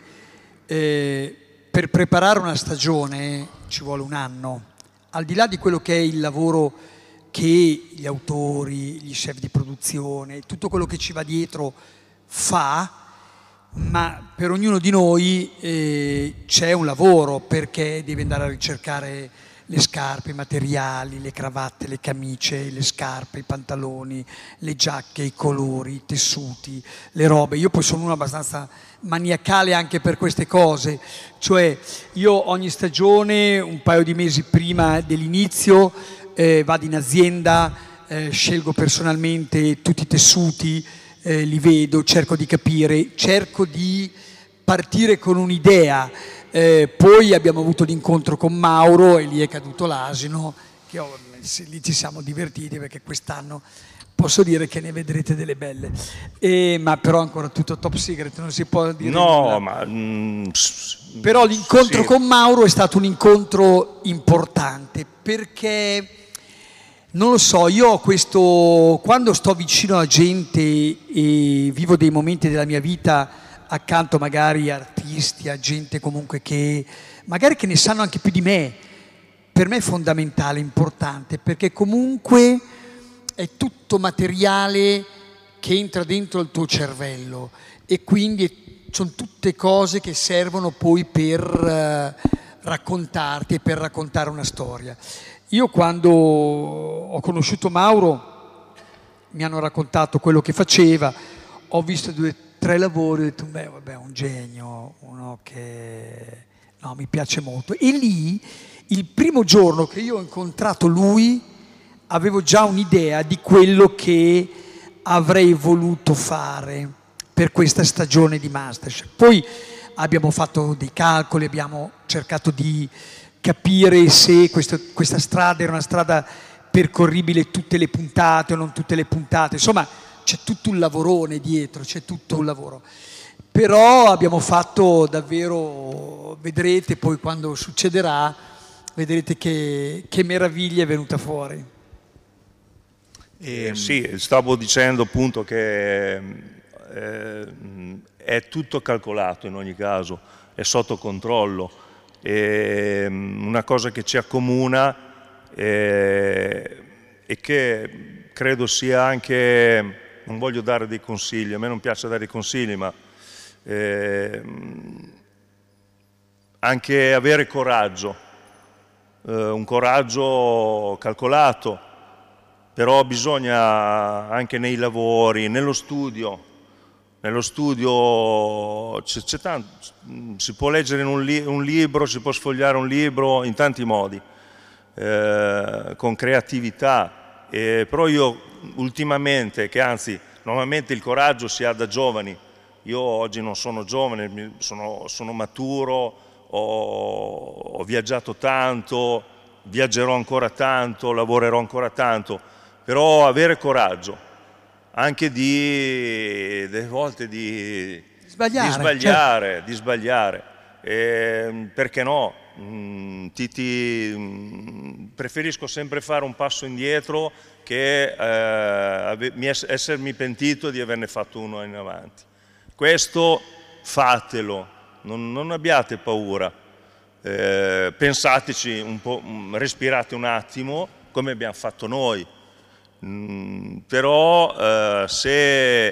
per preparare una stagione ci vuole un anno, al di là di quello che è il lavoro che gli autori, gli chef di produzione, tutto quello che ci va dietro fa, ma per ognuno di noi c'è un lavoro, perché devi andare a ricercare le scarpe, i materiali, le cravatte, le camicie, le scarpe, i pantaloni, le giacche, i colori, i tessuti, le robe. Io poi sono uno abbastanza maniacale anche per queste cose, cioè io ogni stagione, un paio di mesi prima dell'inizio, vado in azienda, scelgo personalmente tutti i tessuti, li vedo, cerco di capire, cerco di partire con un'idea. Poi abbiamo avuto l'incontro con Mauro e lì è caduto l'asino, che lì ci siamo divertiti, perché quest'anno posso dire che ne vedrete delle belle, ma però ancora tutto top secret, non si può dire nulla. Però l'incontro con Mauro è stato un incontro importante, perché non lo so, io ho questo, quando sto vicino a gente e vivo dei momenti della mia vita accanto magari a artisti, a gente comunque che magari che ne sanno anche più di me, per me è fondamentale, importante, perché comunque è tutto materiale che entra dentro il tuo cervello, e quindi sono tutte cose che servono poi per raccontarti e per raccontare una storia. Io quando ho conosciuto Mauro mi hanno raccontato quello che faceva, ho visto 2 o 3 lavori, ho detto beh vabbè, un genio, uno che mi piace molto. E lì il primo giorno che io ho incontrato lui avevo già un'idea di quello che avrei voluto fare per questa stagione di Masterchef. Poi abbiamo fatto dei calcoli, abbiamo cercato di capire se questa strada era una strada percorribile tutte le puntate o non tutte le puntate, insomma c'è tutto un lavorone dietro, c'è tutto un lavoro. Però abbiamo fatto davvero, vedrete poi quando succederà, vedrete che meraviglia è venuta fuori. Sì, stavo dicendo appunto che è tutto calcolato in ogni caso, è sotto controllo. Una cosa che ci accomuna e che credo sia anche, non voglio dare dei consigli, a me non piace dare dei consigli, ma anche avere coraggio, un coraggio calcolato, però bisogna anche nei lavori, nello studio c'è tanto, si può leggere in un libro, si può sfogliare un libro in tanti modi, con creatività, però io ultimamente, che anzi normalmente il coraggio si ha da giovani, io oggi non sono giovane, sono maturo, ho viaggiato tanto, viaggerò ancora tanto, lavorerò ancora tanto, però avere coraggio anche delle volte di sbagliare, perché no? Preferisco sempre fare un passo indietro che essermi pentito di averne fatto uno in avanti. Questo fatelo, non abbiate paura, pensateci un po', respirate un attimo come abbiamo fatto noi. Però se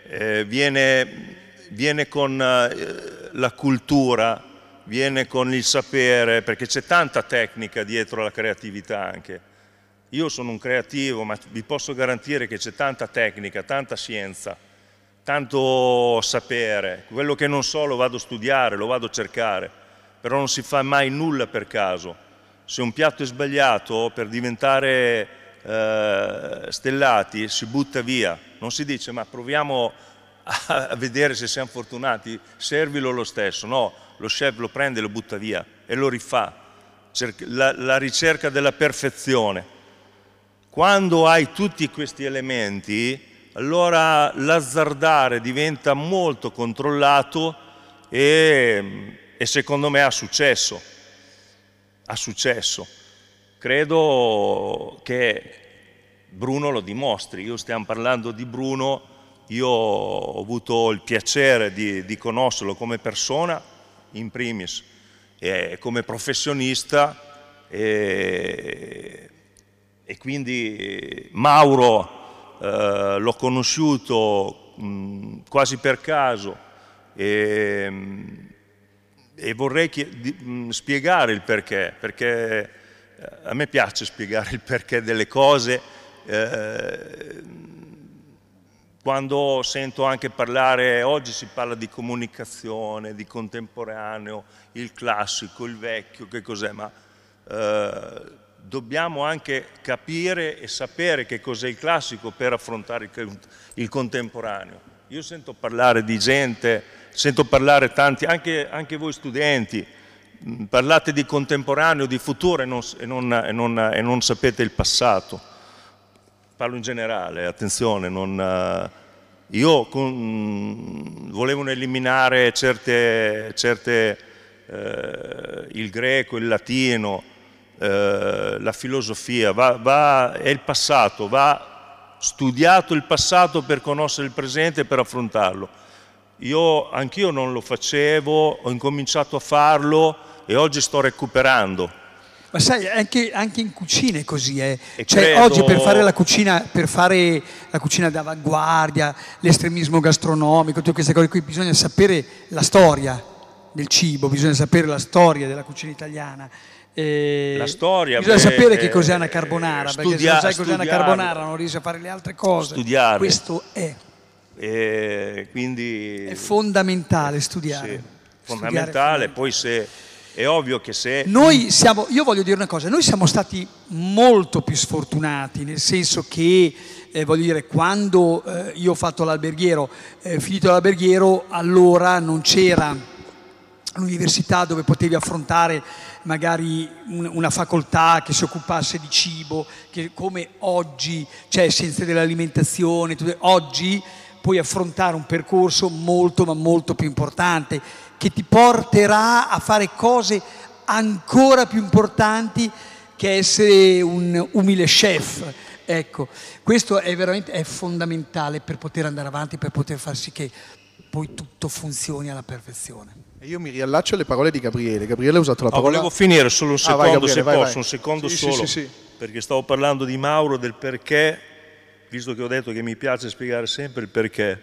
viene con la cultura, viene con il sapere, perché c'è tanta tecnica dietro la creatività anche. Io sono un creativo, ma vi posso garantire che c'è tanta tecnica, tanta scienza, tanto sapere. Quello che non so lo vado a studiare, lo vado a cercare, però non si fa mai nulla per caso. Se un piatto è sbagliato, per diventare stellati si butta via, non si dice ma proviamo a vedere se siamo fortunati, servilo lo stesso, no, lo chef lo prende e lo butta via e lo rifà, la ricerca della perfezione. Quando hai tutti questi elementi, allora l'azzardare diventa molto controllato e secondo me ha successo. Credo che Bruno lo dimostri. Stiamo parlando di Bruno, io ho avuto il piacere di conoscerlo come persona in primis e come professionista e quindi Mauro l'ho conosciuto quasi per caso e vorrei spiegare il perché a me piace spiegare il perché delle cose, quando sento anche parlare, oggi si parla di comunicazione, di contemporaneo, il classico, il vecchio, che cos'è, ma dobbiamo anche capire e sapere che cos'è il classico per affrontare il contemporaneo. Io sento parlare di gente, sento parlare tanti, anche voi studenti, parlate di contemporaneo, di futuro e non sapete il passato. Parlo in generale, attenzione, volevano eliminare il greco, il latino, la filosofia, è il passato, va studiato il passato per conoscere il presente e per affrontarlo. Anch'io non lo facevo, ho incominciato a farlo e oggi sto recuperando. Ma sai, anche in cucina è così, cioè, oggi per fare la cucina d'avanguardia, l'estremismo gastronomico, tutte queste cose qui, bisogna sapere la storia del cibo, bisogna sapere la storia della cucina italiana. La storia, bisogna sapere che cos'è una carbonara, perché se non sai cos'è una studiare, carbonara non riesci a fare le altre cose. Studiare. Questo è. Quindi è fondamentale studiare. Sì, fondamentale, poi è ovvio che se... Io voglio dire una cosa, noi siamo stati molto più sfortunati, nel senso che, voglio dire, quando io ho fatto l'alberghiero, finito l'alberghiero, allora non c'era all'università, dove potevi affrontare magari una facoltà che si occupasse di cibo, che come oggi c'è scienze dell'alimentazione, oggi puoi affrontare un percorso molto ma molto più importante, che ti porterà a fare cose ancora più importanti che essere un umile chef. Ecco, questo è veramente fondamentale per poter andare avanti, per poter far sì che poi tutto funzioni alla perfezione. E io mi riallaccio alle parole di Gabriele. Gabriele ha usato la parola... Volevo finire solo un secondo, vai, Gabriele, se vai, posso, vai. Un secondo Sì, solo, sì. perché stavo parlando di Mauro, del perché, visto che ho detto che mi piace spiegare sempre il perché.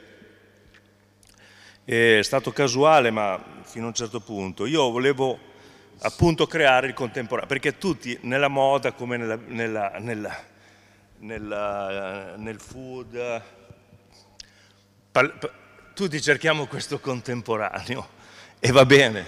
È stato casuale, ma fino a un certo punto. Io volevo appunto creare il contemporaneo, perché tutti nella moda, come nel food, tutti cerchiamo questo contemporaneo e va bene,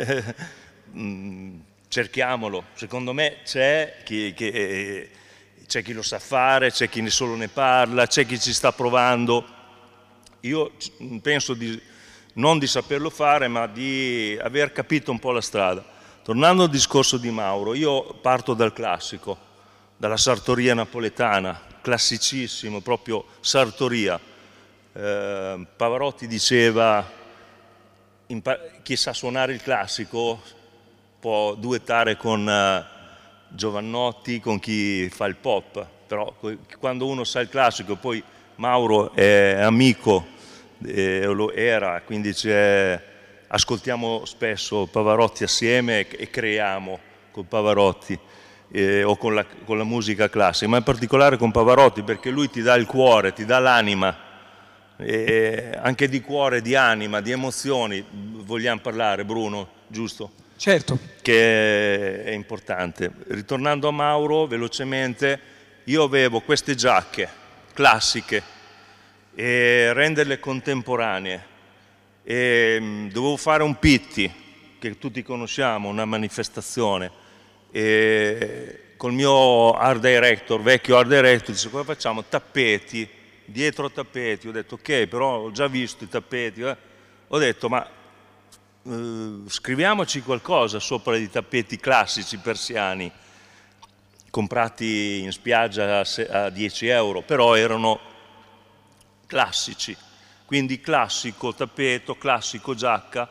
cerchiamolo. Secondo me c'è chi lo sa fare, c'è chi solo ne parla, c'è chi ci sta provando. Io penso non di saperlo fare, ma di aver capito un po' la strada. Tornando al discorso di Mauro, io parto dal classico, dalla sartoria napoletana, classicissimo, proprio sartoria. Pavarotti diceva: chi sa suonare il classico può duettare con Giovannotti, con chi fa il pop, però quando uno sa il classico, poi Mauro è amico, lo era, quindi ascoltiamo spesso Pavarotti assieme e creiamo con Pavarotti o con la musica classica, ma in particolare con Pavarotti, perché lui ti dà il cuore, ti dà l'anima, anche di cuore, di anima, di emozioni vogliamo parlare, Bruno, giusto? Certo. Che è importante. Ritornando a Mauro, velocemente, io avevo queste giacche classiche e renderle contemporanee, e dovevo fare un pitti che tutti conosciamo, una manifestazione, e col mio art director, vecchio art director, dice: come facciamo? Tappeti, dietro tappeti. Ho detto ok, però ho già visto i tappeti, ho detto ma scriviamoci qualcosa sopra i tappeti classici persiani comprati in spiaggia a 10 euro, però erano classici, quindi classico tappeto, classico giacca.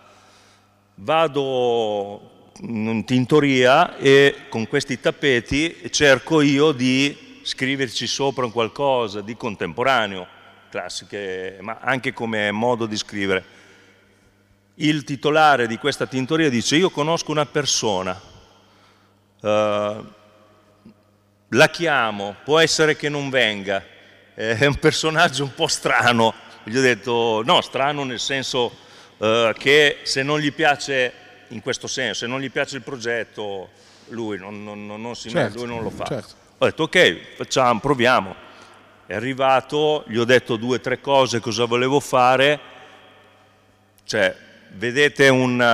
Vado in tintoria e con questi tappeti cerco io di scriverci sopra un qualcosa di contemporaneo, classiche, ma anche come modo di scrivere. Il titolare di questa tintoria dice: io conosco una persona, la chiamo, può essere che non venga, è un personaggio un po' strano. Gli ho detto no, strano nel senso che se non gli piace, in questo senso, se non gli piace il progetto, lui non si mette, lui non lo fa. Certo. Ho detto ok, facciamo, proviamo. È arrivato, gli ho detto 2 o 3 cose, cosa volevo fare. Cioè, vedete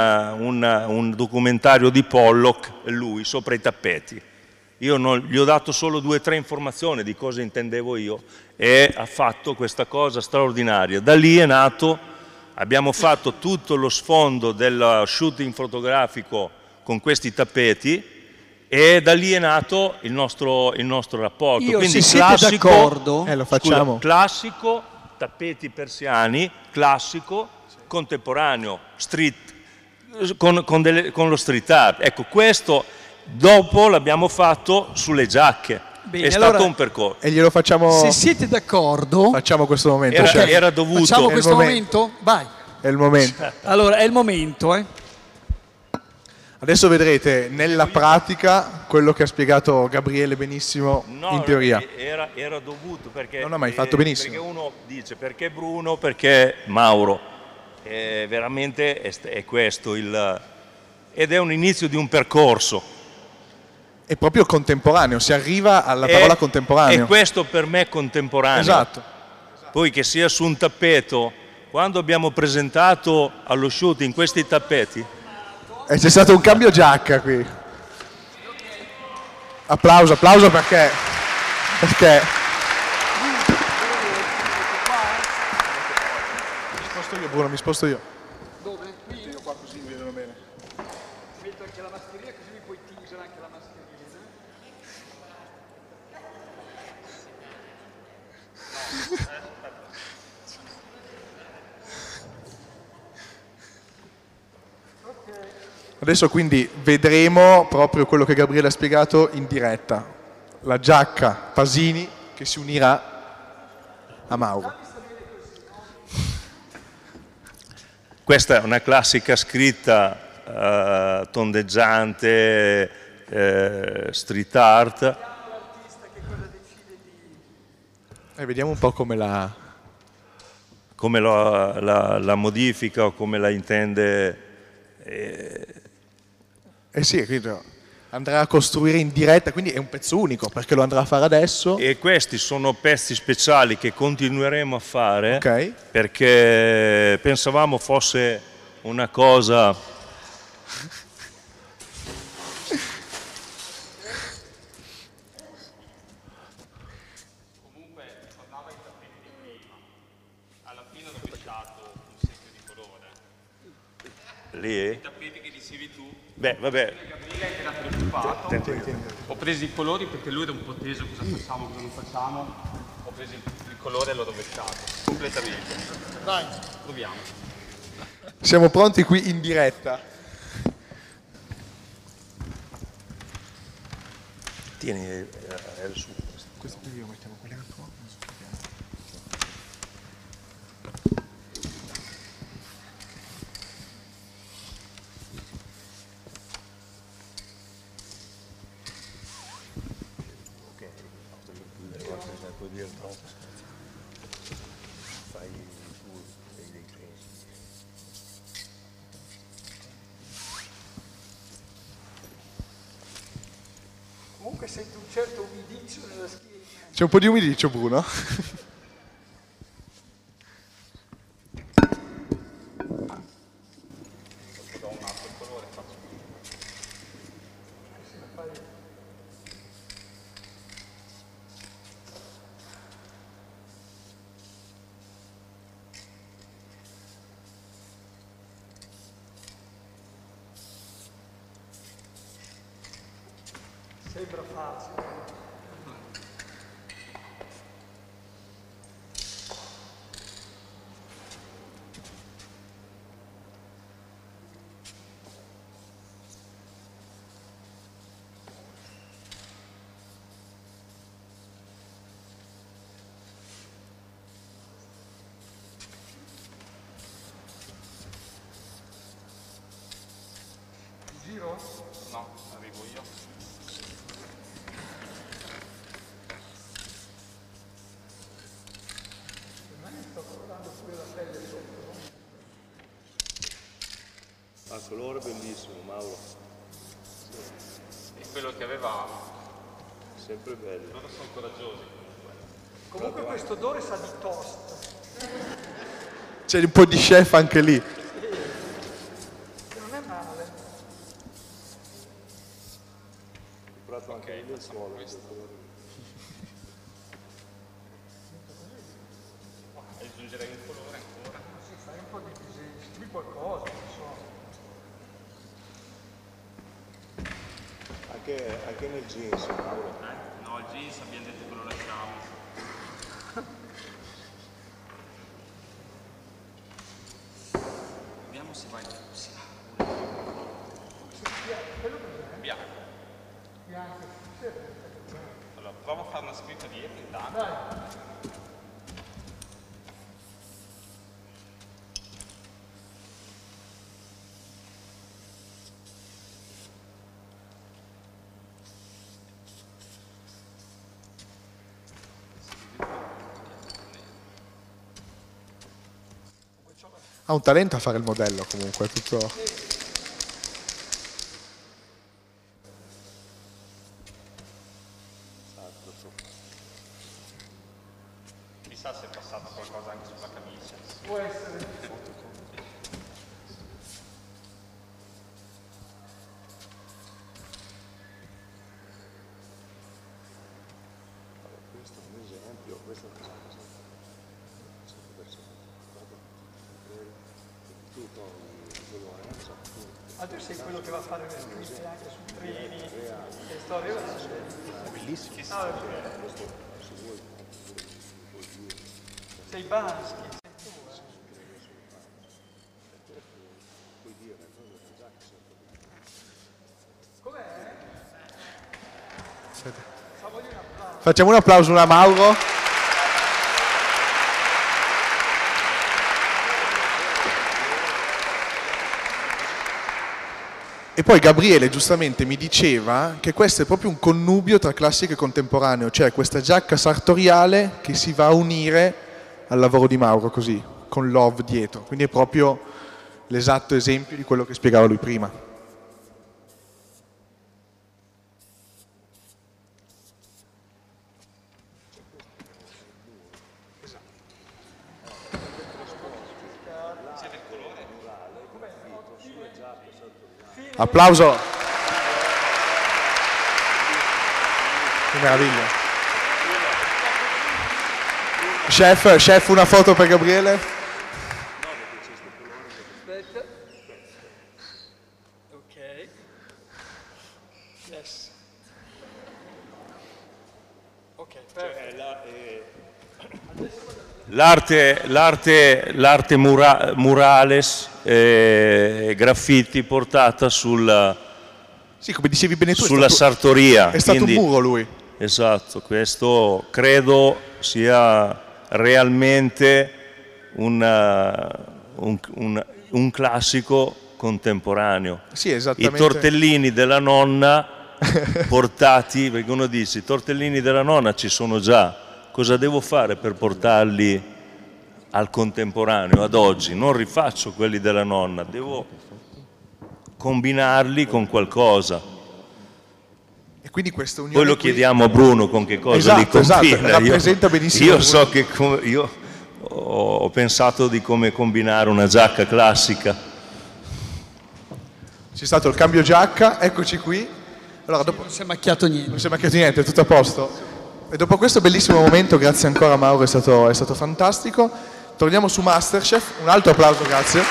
un documentario di Pollock, lui sopra i tappeti. Io gli ho dato solo 2 o 3 informazioni di cosa intendevo io e ha fatto questa cosa straordinaria. Da lì è nato, abbiamo fatto tutto lo sfondo del shooting fotografico con questi tappeti e da lì è nato il nostro rapporto. Quindi se siete d'accordo, lo facciamo. Scusa, classico, tappeti persiani, classico, contemporaneo, street, con lo street art. Ecco, questo dopo l'abbiamo fatto sulle giacche. Bene, è allora, stato un percorso. E glielo facciamo... se siete d'accordo, Facciamo questo momento. Era dovuto. facciamo È questo il momento. momento? Vai. È il momento. Allora, è il momento, Adesso vedrete nella pratica quello che ha spiegato Gabriele benissimo in teoria. Era dovuto perché... No, ma hai fatto benissimo. Perché uno dice perché Bruno, perché Mauro. Veramente è questo ed è un inizio di un percorso. È proprio contemporaneo, si arriva alla parola contemporaneo. E questo per me è contemporaneo. Esatto. Poi che sia su un tappeto, quando abbiamo presentato allo shooting questi tappeti... E c'è stato un cambio giacca qui. Applauso perché... Mi sposto io, Bruno, mi sposto io. Dove? Io qua così mi vedono bene. metto anche la mascherina così mi puoi tingere anche la mascherina. Adesso quindi vedremo proprio quello che Gabriele ha spiegato in diretta. La giacca Pasini che si unirà a Mauro. Questa è una classica scritta tondeggiante, street art. Vediamo un po' come la modifica o come la intende. Sì, quindi andrà a costruire in diretta, quindi è un pezzo unico perché lo andrà a fare adesso. E questi sono pezzi speciali che continueremo a fare, Ok. perché pensavamo fosse una cosa Comunque tornava ai tappeti di prima, alla fine ho rovesciato un segno di colore. lì. I tappeti che dicevi tu, Beh, vabbè, Gabriele era preoccupato. Ho preso i colori perché lui era un po' teso, cosa facciamo, cosa non facciamo. Ho preso il colore e l'ho rovesciato completamente. Dai, proviamo. Siamo pronti qui in diretta. tieni il su. Questo qui lo mettiamo qua dentro. Puoi dire troppo. Fai tu dei gesti. Comunque sento un certo umidiccio nella schiena. C'è un po' di umidiccio, Bruno. Do un altro colore, faccio. Sembra facile. Giro? No, arrivo io. Il colore è bellissimo, Mauro. E quello che avevamo. Sempre bello. Loro sono coraggiosi. Comunque questo odore sa di toast. C'è un po' di chef anche lì. Che non è male. Ho comprato anche io il suolo. Aggiungerei un colore ancora. Sì, fai un po' di disegno, scrivi qualcosa, non so. Anche nel jeans, Mauro. No, il jeans abbiamo detto che lo lasciamo. Vediamo se vai sì. Bianco. Bianco. Allora, prova a fare una scritta dietro intanto. Ha un talento a fare il modello comunque, è tutto. Chissà se è passato qualcosa anche sulla camicia. Può essere. Questo è un esempio, questo è un esempio. Tu poi quello è Adesso sei quello che va a fare le scritte anche su treni, le storie. È bellissimo. Sei Bansky. Facciamo un applauso a Mauro. E poi Gabriele giustamente mi diceva che questo è proprio un connubio tra classico e contemporaneo, cioè questa giacca sartoriale che si va a unire al lavoro di Mauro così, con Love dietro. Quindi è proprio l'esatto esempio di quello che spiegava lui prima. Applauso. Che meraviglia. Chef, una foto per Gabriele? Aspetta. Ok. Yes. Ok, L'arte murales, graffiti portata sulla, sì, come dicevi bene tu, sulla sartoria. È stato un muro lui. Esatto, questo credo sia realmente un classico contemporaneo. Sì, esattamente. I tortellini della nonna portati, perché uno dice i tortellini della nonna ci sono già, cosa devo fare per portarli al contemporaneo, ad oggi? Non rifaccio quelli della nonna, devo combinarli con qualcosa. E quindi questa unione poi lo chiediamo a Bruno con che cosa li combina. Esatto, rappresenta benissimo. Io ho pensato di come combinare una giacca classica. C'è stato il cambio giacca, eccoci qui. Allora, dopo... Non si è macchiato niente. Non si è macchiato niente, è tutto a posto. E dopo questo bellissimo momento, grazie ancora Mauro, è stato fantastico. Torniamo su Masterchef, un altro applauso, grazie.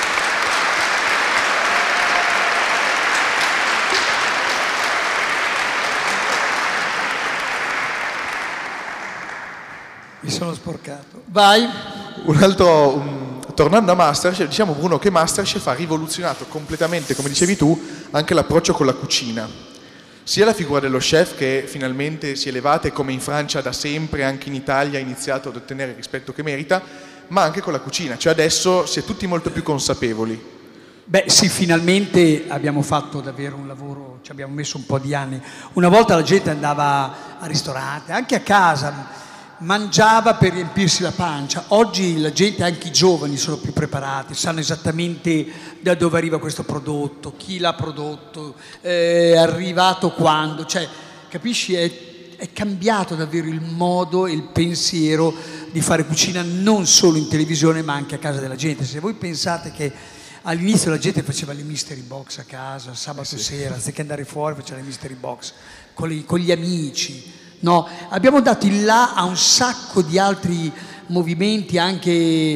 Mi sono sporcato. Vai. Tornando a Masterchef, diciamo Bruno che Masterchef ha rivoluzionato completamente, come dicevi tu, anche l'approccio con la cucina. Sia la figura dello chef che finalmente si è elevata e come in Francia da sempre, anche in Italia ha iniziato ad ottenere il rispetto che merita, ma anche con la cucina, cioè adesso si è tutti molto più consapevoli. Beh sì, finalmente abbiamo fatto davvero un lavoro, ci abbiamo messo un po' di anni. Una volta la gente andava al ristorante, anche a casa, mangiava per riempirsi la pancia. Oggi la gente, anche i giovani, sono più preparati, sanno esattamente da dove arriva questo prodotto, chi l'ha prodotto, è arrivato quando, cioè, capisci? È cambiato davvero il modo e il pensiero di fare cucina non solo in televisione ma anche a casa della gente. Se voi pensate che all'inizio la gente faceva le mystery box a casa, sabato sera, anziché andare fuori faceva le mystery box con gli amici. No, abbiamo dato il là a un sacco di altri movimenti, anche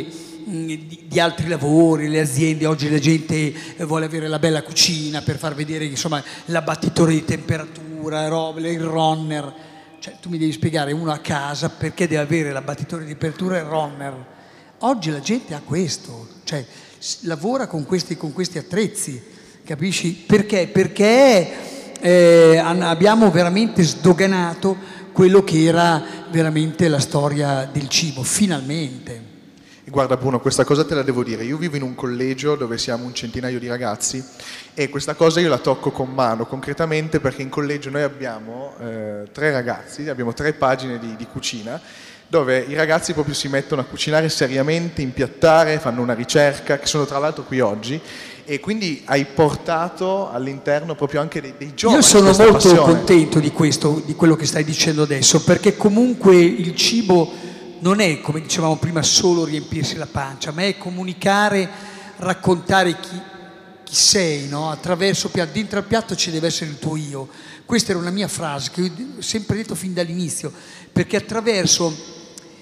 di altri lavori, le aziende. Oggi la gente vuole avere la bella cucina per far vedere, insomma, l'abbattitore di temperatura, il runner. Cioè, tu mi devi spiegare uno a casa perché deve avere l'abbattitore di temperatura e il runner. Oggi la gente ha questo, cioè lavora con questi attrezzi, capisci? Perché? Perché abbiamo veramente sdoganato quello che era veramente la storia del cibo, finalmente. Guarda Bruno, questa cosa te la devo dire, io vivo in un collegio dove siamo un centinaio di ragazzi e questa cosa io la tocco con mano concretamente perché in collegio noi abbiamo 3 ragazzi, abbiamo 3 pagine di cucina dove i ragazzi proprio si mettono a cucinare seriamente, impiattare, fanno una ricerca, che sono tra l'altro qui oggi, e quindi hai portato all'interno proprio anche dei giovani. Io sono molto contento di questo, di quello che stai dicendo adesso, perché comunque il cibo non è, come dicevamo prima, solo riempirsi la pancia, ma è comunicare, raccontare chi sei, no? Attraverso dentro al piatto ci deve essere il tuo io. Questa era una mia frase che ho sempre detto fin dall'inizio, perché attraverso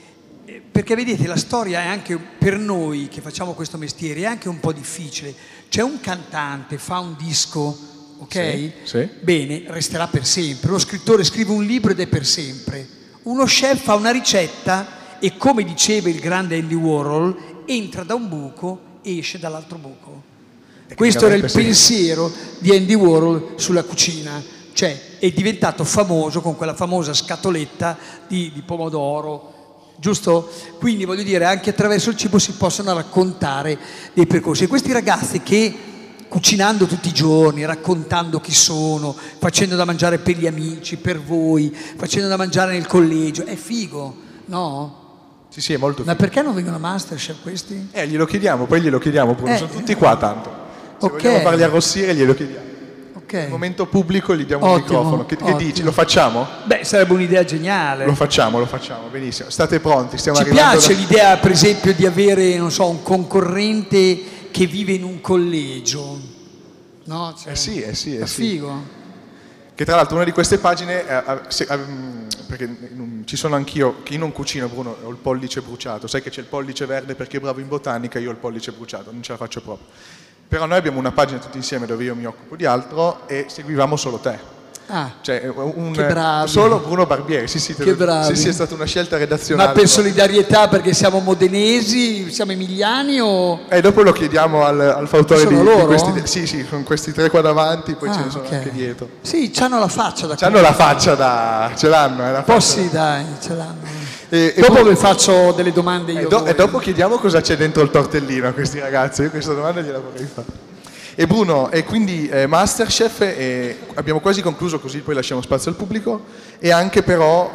Perché vedete, la storia è anche per noi che facciamo questo mestiere, è anche un po' difficile. C'è un cantante, fa un disco, ok? Sì, sì. Bene, resterà per sempre. Uno scrittore scrive un libro ed è per sempre. Uno chef fa una ricetta e, come diceva il grande Andy Warhol, entra da un buco e esce dall'altro buco. Questo era il pensiero di Andy Warhol sulla cucina. Cioè, è diventato famoso con quella famosa scatoletta di pomodoro, giusto? Quindi voglio dire, anche attraverso il cibo si possono raccontare dei percorsi. E questi ragazzi che, cucinando tutti i giorni, raccontando chi sono, facendo da mangiare per gli amici, per voi, facendo da mangiare nel collegio, è figo, no? Sì, è molto figo. Ma perché non vengono a Masterchef questi? Glielo chiediamo, poi glielo chiediamo pure. Sono tutti qua tanto. Se vogliamo farli arrossire, glielo chiediamo. Nel momento pubblico gli diamo un microfono. Che dici? Lo facciamo? Beh, sarebbe un'idea geniale. Lo facciamo, benissimo. State pronti, stiamo Ci arrivando. Ci piace l'idea, per esempio, di avere, non so, un concorrente che vive in un collegio. No? Cioè, sì. È figo. Che tra l'altro una di queste pagine, perché ci sono anch'io, che io non cucino, Bruno, ho il pollice bruciato. Sai che c'è il pollice verde perché è bravo in botanica, io ho il pollice bruciato, non ce la faccio proprio. Però noi abbiamo una pagina tutti insieme dove io mi occupo di altro e seguivamo solo te. Cioè, che bravi. Solo Bruno Barbieri, che bravi. Sì, è stata una scelta redazionale. Ma per solidarietà, perché siamo modenesi, siamo emiliani o... dopo lo chiediamo al fautore di questi... Sì, con questi 3 qua davanti, poi ce ne sono anche dietro. Sì, c'hanno la faccia da... C'hanno la faccia da... ce l'hanno, è la faccia. Sì, dai, ce l'hanno. Dopo vi faccio delle domande io. E dopo chiediamo cosa c'è dentro il tortellino a questi ragazzi, io questa domanda gliela vorrei fare. E Bruno, e quindi Masterchef, abbiamo quasi concluso, così poi lasciamo spazio al pubblico, e anche però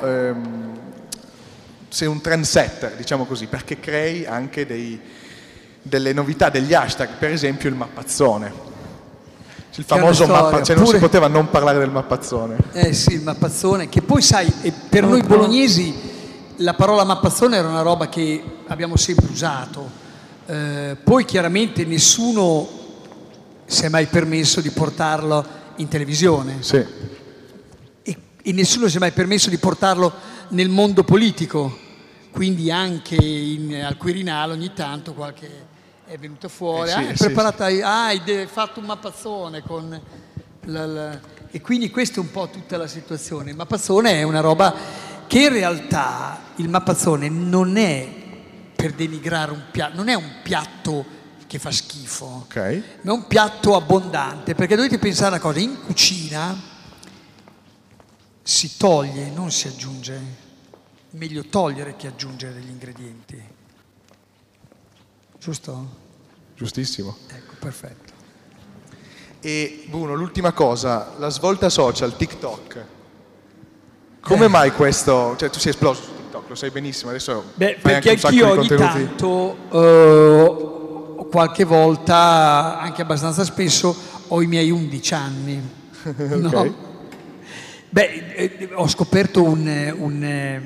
sei un trendsetter, diciamo così, perché crei anche delle novità, degli hashtag, per esempio il mappazzone. Il famoso mappazzone, cioè non si poteva non parlare del mappazzone. Sì, il mappazzone, che poi sai, per noi bolognesi la parola mappazzone era una roba che abbiamo sempre usato, poi chiaramente nessuno si è mai permesso di portarlo in televisione. Sì. E nessuno si è mai permesso di portarlo nel mondo politico, quindi anche al Quirinale ogni tanto qualche è venuta fuori, hai fatto un mappazzone con e quindi questa è un po' tutta la situazione. Il mappazzone è una roba che in realtà il mappazzone non è per denigrare un piatto, non è un piatto che fa schifo, ma è un piatto abbondante, perché dovete pensare a una cosa: in cucina si toglie, non si aggiunge, meglio togliere che aggiungere degli ingredienti, giusto? Giustissimo. Ecco, perfetto. E Bruno, l'ultima cosa, la svolta social, TikTok. Come mai questo? Cioè, tu sei esploso su TikTok, lo sai benissimo, adesso perché anch'io ogni tanto qualche volta, anche abbastanza spesso, ho i miei 11 anni. No? Ho scoperto una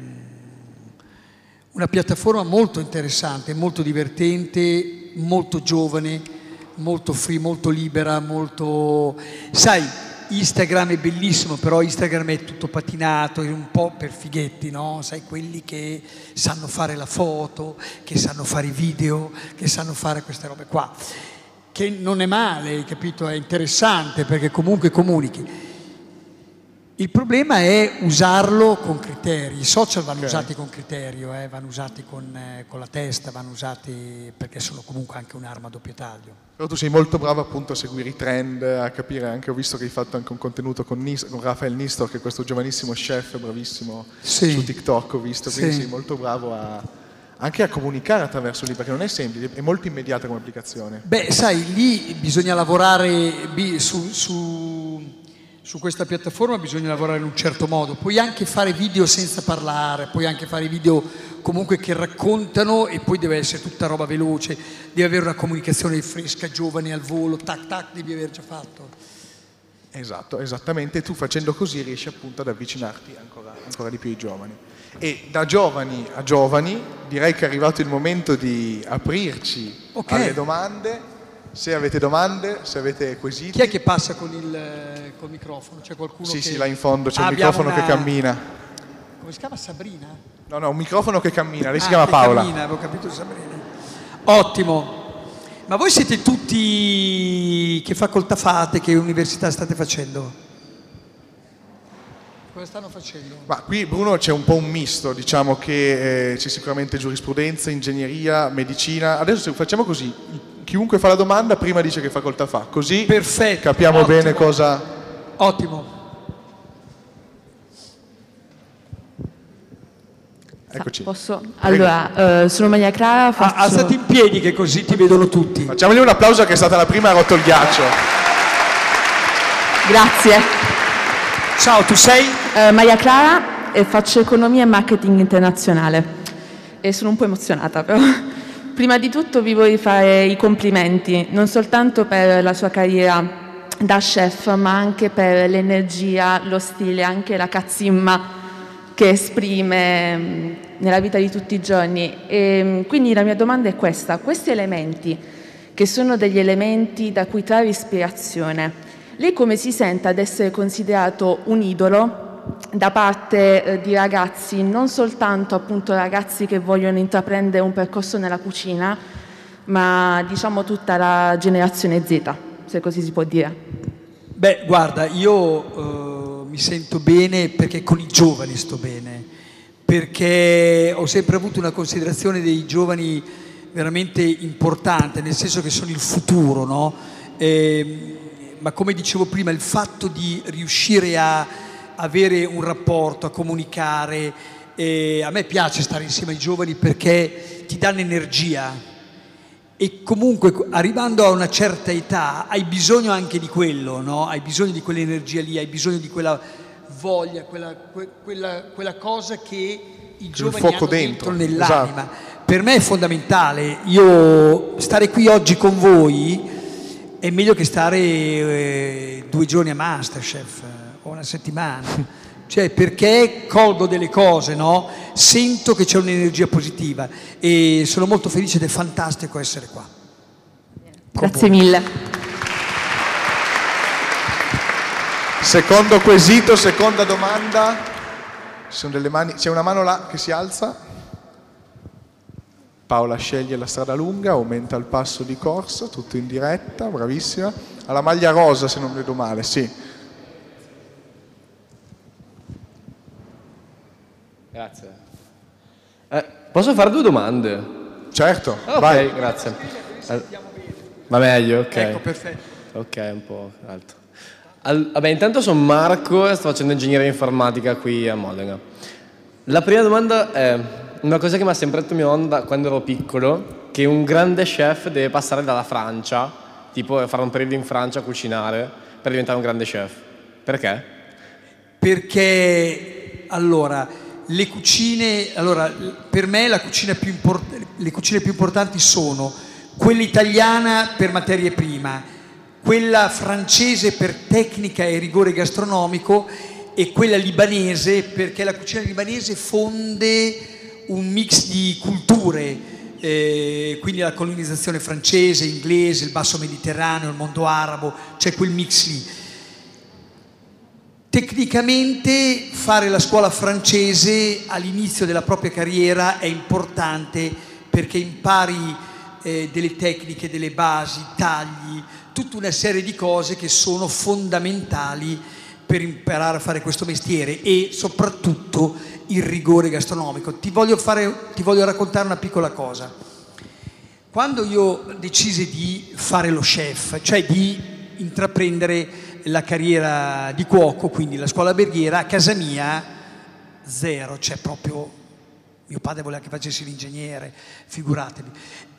piattaforma molto interessante, molto divertente, molto giovane, molto free, molto libera, molto... Sai, Instagram è bellissimo, però Instagram è tutto patinato, è un po' per fighetti, no? Sai, quelli che sanno fare la foto, che sanno fare i video, che sanno fare queste robe qua, che non è male, capito? È interessante perché comunque comunichi. Il problema è usarlo con criteri. I social vanno usati con criterio, vanno usati con la testa, vanno usati perché sono comunque anche un'arma a doppio taglio. Però tu sei molto bravo appunto a seguire i trend, a capire anche, ho visto che hai fatto anche un contenuto con Rafael Nistor, che è questo giovanissimo chef, bravissimo, su TikTok, ho visto, quindi sei molto bravo anche a comunicare attraverso lì, perché non è semplice, è molto immediata come applicazione. Sai, lì bisogna lavorare su questa piattaforma, bisogna lavorare in un certo modo, puoi anche fare video senza parlare, puoi anche fare video comunque che raccontano, e poi deve essere tutta roba veloce, devi avere una comunicazione fresca, giovane, al volo, tac tac, devi aver già fatto. Esatto, esattamente, tu facendo così riesci appunto ad avvicinarti ancora di più ai giovani. E da giovani a giovani direi che è arrivato il momento di aprirci alle domande. Se avete domande, se avete quesiti. Chi è che passa con il microfono? C'è qualcuno Sì, là in fondo c'è il microfono che cammina. Come si chiama? Sabrina? No, un microfono che cammina, lei si chiama Paola. Cammina, avevo capito Sabrina. Ottimo. Ma voi siete tutti, che facoltà fate, che università state facendo? Cosa stanno facendo? Ma qui Bruno c'è un po' un misto, diciamo che c'è sicuramente giurisprudenza, ingegneria, medicina. Adesso facciamo così, chiunque fa la domanda prima dice che facoltà fa, così perfetto, capiamo ottimo. Bene cosa... Ottimo. Eccoci. Posso? Allora, sono Maria Clara. Alzati in piedi che così ti vedono tutti. Facciamogli un applauso che è stata la prima a rotto il ghiaccio. Grazie. Ciao, tu sei? Maria Clara e faccio economia e marketing internazionale. E sono un po' emozionata però. Prima di tutto vi voglio fare i complimenti, non soltanto per la sua carriera da chef, ma anche per l'energia, lo stile, anche la cazzimma che esprime nella vita di tutti i giorni. E quindi la mia domanda è questa: questi elementi, che sono degli elementi da cui trarre ispirazione, lei come si sente ad essere considerato un idolo da parte di ragazzi, non soltanto appunto ragazzi che vogliono intraprendere un percorso nella cucina, ma diciamo tutta la generazione Z, se così si può dire? Beh, guarda, io mi sento bene perché con i giovani sto bene, perché ho sempre avuto una considerazione dei giovani veramente importante, nel senso che sono il futuro, no? Ma come dicevo prima, il fatto di riuscire a avere un rapporto, a comunicare, a me piace stare insieme ai giovani perché ti danno energia. E comunque arrivando a una certa età hai bisogno anche di quello, no? Hai bisogno di quell'energia lì, hai bisogno di quella voglia, quella cosa che i giovani hanno dentro nell'anima. Esatto. Per me è fondamentale. Io stare qui oggi con voi è meglio che stare 2 giorni a Masterchef o una settimana. Cioè, perché colgo delle cose, no? Sento che c'è un'energia positiva e sono molto felice ed è fantastico essere qua. Grazie mille. Secondo quesito, seconda domanda. Ci sono delle mani, c'è una mano là che si alza. Paola sceglie la strada lunga, aumenta il passo di corsa, tutto in diretta, bravissima. Ha la maglia rosa se non vedo male, sì. Grazie. Posso fare 2 domande? Certo, ok, vai. Grazie. Va meglio, ok. Ecco, perfetto. Ok, un po' alto. Vabbè, intanto sono Marco e sto facendo ingegneria informatica qui a Modena. La prima domanda è una cosa che mi ha sempre detto mia nonna quando ero piccolo, che un grande chef deve passare dalla Francia, tipo fare un periodo in Francia a cucinare, per diventare un grande chef. Perché? Perché, allora, le cucine, per me le cucine più importanti sono quella italiana per materie prima, quella francese per tecnica e rigore gastronomico e quella libanese perché la cucina libanese fonde un mix di culture, quindi la colonizzazione francese, inglese, il basso Mediterraneo, il mondo arabo, c'è quel mix lì. Tecnicamente fare la scuola francese all'inizio della propria carriera è importante perché impari delle tecniche, delle basi, tagli, tutta una serie di cose che sono fondamentali per imparare a fare questo mestiere e soprattutto il rigore gastronomico. Ti voglio raccontare una piccola cosa. Quando io decisi di fare lo chef, cioè di intraprendere la carriera di cuoco, quindi la scuola alberghiera, a casa mia zero, cioè proprio mio padre voleva che facessi l'ingegnere, figuratevi.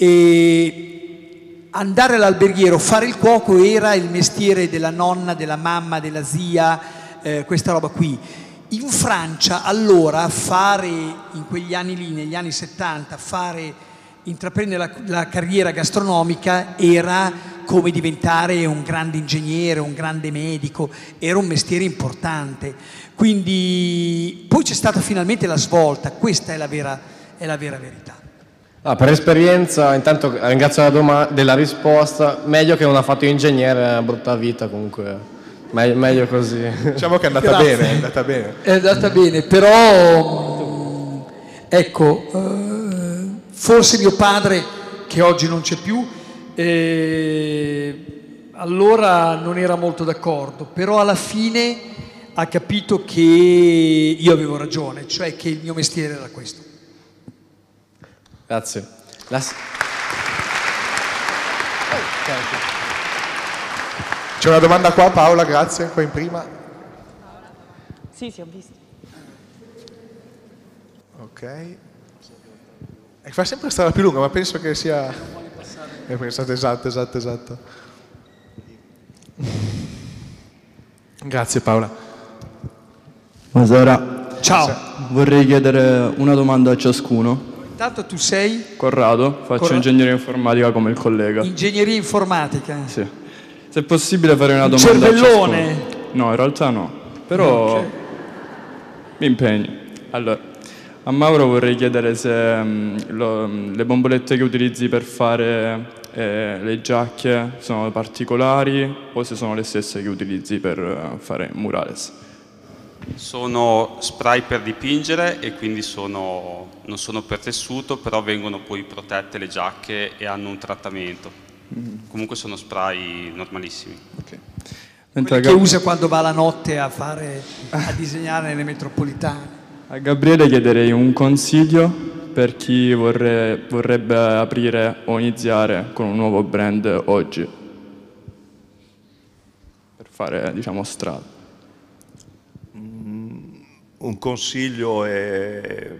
E andare all'alberghiero, fare il cuoco era il mestiere della nonna, della mamma, della zia, questa roba qui. In Francia allora in quegli anni lì, negli anni 70, intraprendere la carriera gastronomica era come diventare un grande ingegnere, un grande medico, era un mestiere importante. Quindi poi c'è stata finalmente la svolta, questa è la vera verità. Per esperienza, intanto ringrazio della risposta, meglio che non ha fatto ingegnere, brutta vita comunque, meglio così. Diciamo che è andata bene, è andata bene. È andata bene, però Ecco, forse mio padre, che oggi non c'è più, allora non era molto d'accordo, però alla fine ha capito che io avevo ragione, cioè che il mio mestiere era questo. Grazie. C'è una domanda qua, Paola, grazie, qua in prima. Sì, ho visto. Ok. Fa sempre stare più lunga, ma penso che sia... Esatto. Grazie Paola. Buonasera. Ciao. Vorrei chiedere una domanda a ciascuno. Intanto tu sei? Corrado, faccio ingegneria informatica come il collega. Ingegneria informatica? Sì. Se è possibile fare una domanda cervellone? a ciascuno. No, in realtà no. Però okay. Mi impegno. Allora, a Mauro vorrei chiedere se le bombolette che utilizzi per fare le giacche sono particolari o se sono le stesse che utilizzi per fare murales. Sono spray per dipingere e quindi non sono per tessuto, però vengono poi protette le giacche e hanno un trattamento. Comunque sono spray normalissimi. Okay. Quelli che usa quando va la notte a disegnare nelle metropolitane. A Gabriele chiederei un consiglio per chi vorrebbe aprire o iniziare con un nuovo brand oggi, per fare, diciamo, strada. Un consiglio è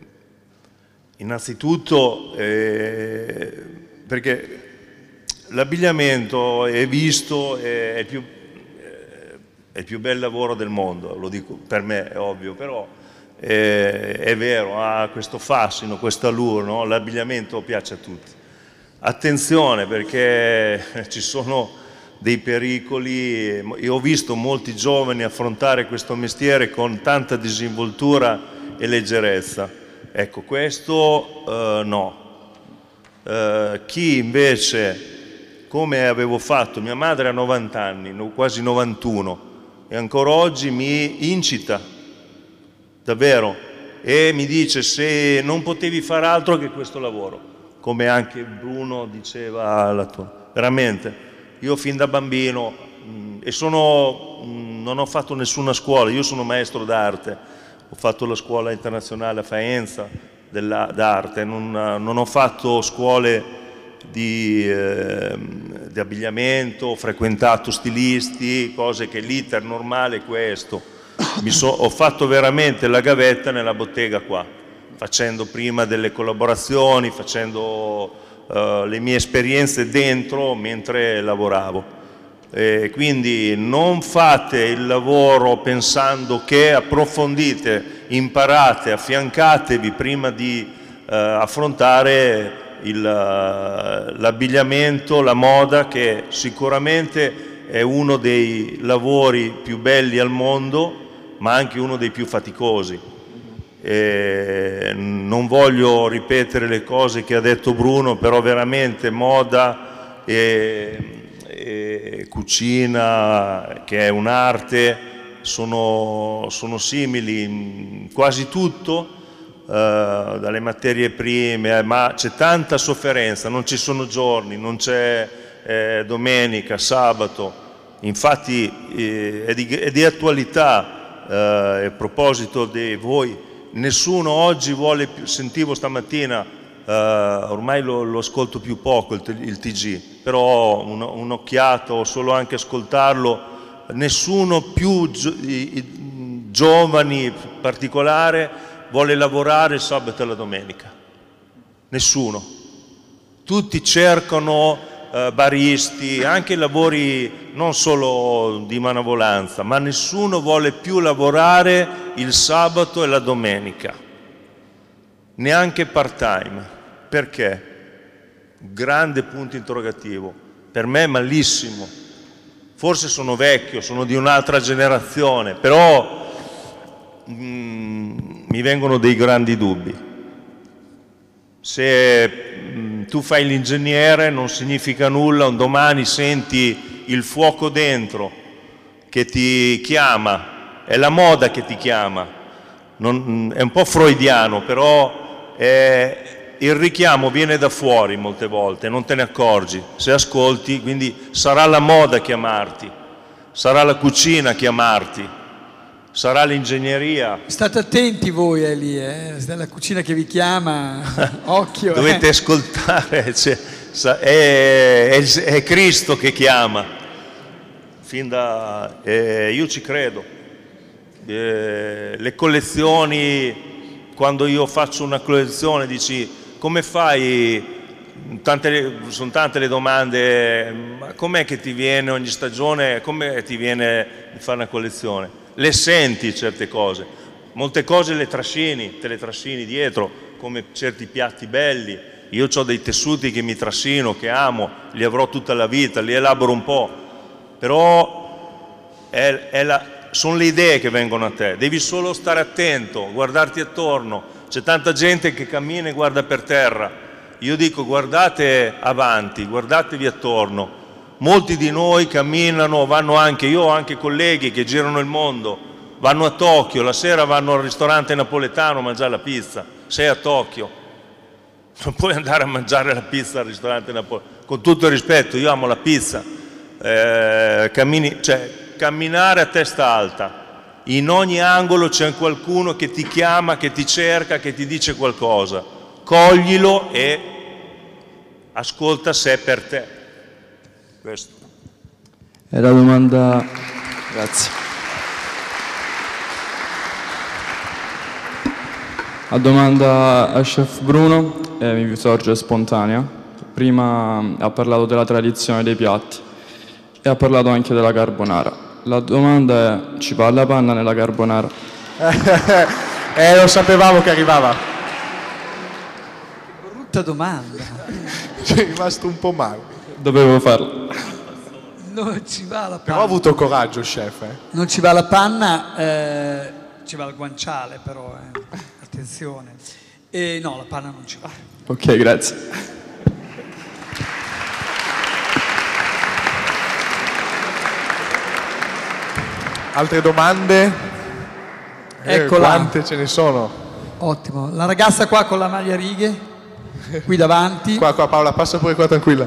innanzitutto perché l'abbigliamento è visto, è il più bel lavoro del mondo, lo dico per me, è ovvio, però è vero, ha questo fascino, questo allure, no? L'abbigliamento piace a tutti. Attenzione perché ci sono dei pericoli, io ho visto molti giovani affrontare questo mestiere con tanta disinvoltura e leggerezza. Ecco, questo no. Chi invece, come avevo fatto, mia madre ha 90 anni, quasi 91, e ancora oggi mi incita, davvero, e mi dice se non potevi fare altro che questo lavoro, come anche Bruno diceva, veramente. Io fin da bambino, non ho fatto nessuna scuola, io sono maestro d'arte, ho fatto la scuola internazionale a Faenza d'arte, non ho fatto scuole di abbigliamento, ho frequentato stilisti, cose che l'iter normale è questo. Ho fatto veramente la gavetta nella bottega qua, facendo prima delle collaborazioni, facendo le mie esperienze dentro mentre lavoravo. Quindi non fate il lavoro pensando che approfondite, imparate, affiancatevi prima di affrontare l'abbigliamento, la moda, che sicuramente è uno dei lavori più belli al mondo, ma anche uno dei più faticosi. Non voglio ripetere le cose che ha detto Bruno, però veramente moda e cucina, che è un'arte, sono simili in quasi tutto, dalle materie prime, ma c'è tanta sofferenza, non ci sono giorni, non c'è domenica, sabato. Infatti è di attualità, a proposito di voi, nessuno oggi vuole più, sentivo stamattina, ormai lo ascolto più poco il TG, però un'occhiata o solo anche ascoltarlo, nessuno più giovani in particolare vuole lavorare il sabato e la domenica, nessuno. Tutti cercano baristi, anche lavori non solo di manovolanza, ma nessuno vuole più lavorare il sabato e la domenica, neanche part-time. Perché? Grande punto interrogativo. Per me è malissimo. Forse sono vecchio, sono di un'altra generazione, però mi vengono dei grandi dubbi. Se tu fai l'ingegnere non significa nulla, un domani senti il fuoco dentro che ti chiama, è la moda che ti chiama, è un po' freudiano, però il richiamo viene da fuori molte volte, non te ne accorgi, se ascolti, quindi sarà la moda a chiamarti, sarà la cucina a chiamarti, sarà l'ingegneria. State attenti voi lì, la cucina che vi chiama, occhio. Dovete ascoltare, cioè, è Cristo che chiama, io ci credo. Le collezioni, quando io faccio una collezione dici come fai, sono tante le domande, ma com'è che ti viene ogni stagione, come ti viene di fare una collezione? Le senti certe cose, molte cose te le trascini dietro, come certi piatti belli. Io ho dei tessuti che mi trascino, che amo, li avrò tutta la vita, li elaboro un po', però sono le idee che vengono a te, devi solo stare attento, guardarti attorno. C'è tanta gente che cammina e guarda per terra. Io dico guardate avanti, guardatevi attorno. Molti di noi camminano, io ho anche colleghi che girano il mondo, vanno a Tokyo, la sera vanno al ristorante napoletano a mangiare la pizza. Sei a Tokyo, non puoi andare a mangiare la pizza al ristorante napoletano. Con tutto il rispetto, io amo la pizza. Camminare a testa alta. In ogni angolo c'è qualcuno che ti chiama, che ti cerca, che ti dice qualcosa. Coglilo e ascolta se è per te. Questo. E la domanda... Grazie. La domanda a Chef Bruno mi sorge spontanea. Prima ha parlato della tradizione dei piatti e ha parlato anche della carbonara. La domanda è, ci va la panna nella carbonara? Lo sapevamo che arrivava. Brutta domanda. Ci è rimasto un po' male. Dovevo farla. Non ci va la panna. Però ha avuto coraggio, chef. Non ci va la panna, ci va il guanciale però, attenzione. No, la panna non ci va. Ok, grazie. Altre domande? Eccola. Quante ce ne sono? Ottimo. La ragazza qua con la maglia a righe, qui davanti. Qua Paola, passa pure qua tranquilla.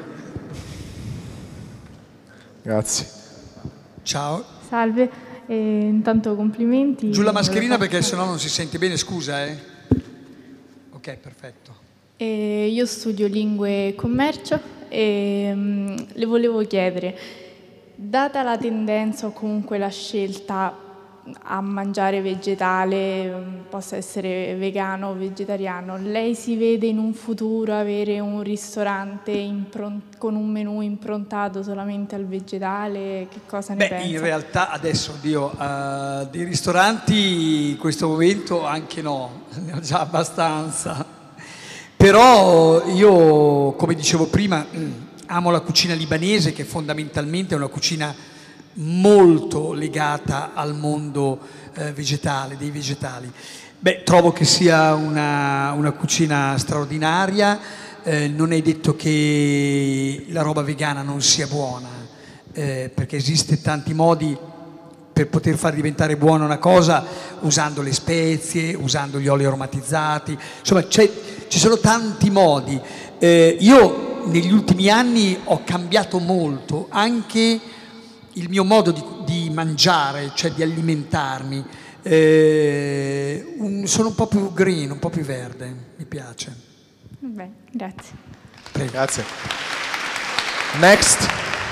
Grazie. Ciao. Salve, intanto complimenti. Giù la mascherina perché sennò non si sente bene, scusa. Ok, perfetto. Io studio lingue e commercio e le volevo chiedere, data la tendenza o comunque la scelta a mangiare vegetale, possa essere vegano o vegetariano, lei si vede in un futuro avere un ristorante con un menù improntato solamente al vegetale? Che cosa ne pensa? In realtà adesso, dei ristoranti in questo momento anche no, ne ho già abbastanza. Però io, come dicevo prima, amo la cucina libanese, che fondamentalmente è una cucina molto legata al mondo vegetale, dei vegetali. Trovo che sia una cucina straordinaria, non è detto che la roba vegana non sia buona, perché esiste tanti modi per poter far diventare buona una cosa, usando le spezie, usando gli oli aromatizzati, insomma ci sono tanti modi. Io negli ultimi anni ho cambiato molto anche il mio modo di mangiare, cioè di alimentarmi. Sono un po' più green, un po' più verde, mi piace. Beh, grazie. Prego. Grazie. Next.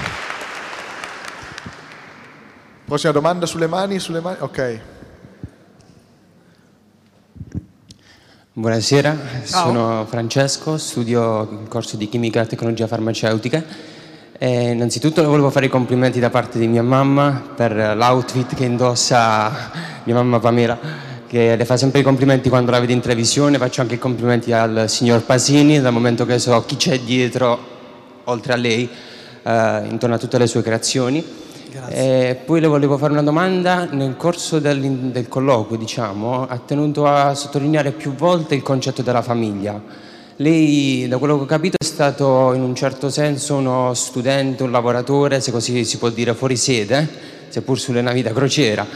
Prossima domanda sulle mani? Ok. Buonasera, sono Francesco, studio il corso di chimica e tecnologia farmaceutica. Innanzitutto volevo fare i complimenti da parte di mia mamma per l'outfit che indossa, mia mamma Pamela, che le fa sempre i complimenti quando la vede in televisione. Faccio anche i complimenti al signor Pasini, dal momento che so chi c'è dietro, oltre a lei, intorno a tutte le sue creazioni. Poi le volevo fare una domanda. Nel corso del colloquio, ha tenuto a sottolineare più volte il concetto della famiglia. Lei, da quello che ho capito, è stato in un certo senso uno studente, un lavoratore, se così si può dire, fuori sede, seppur sulle navi da crociera.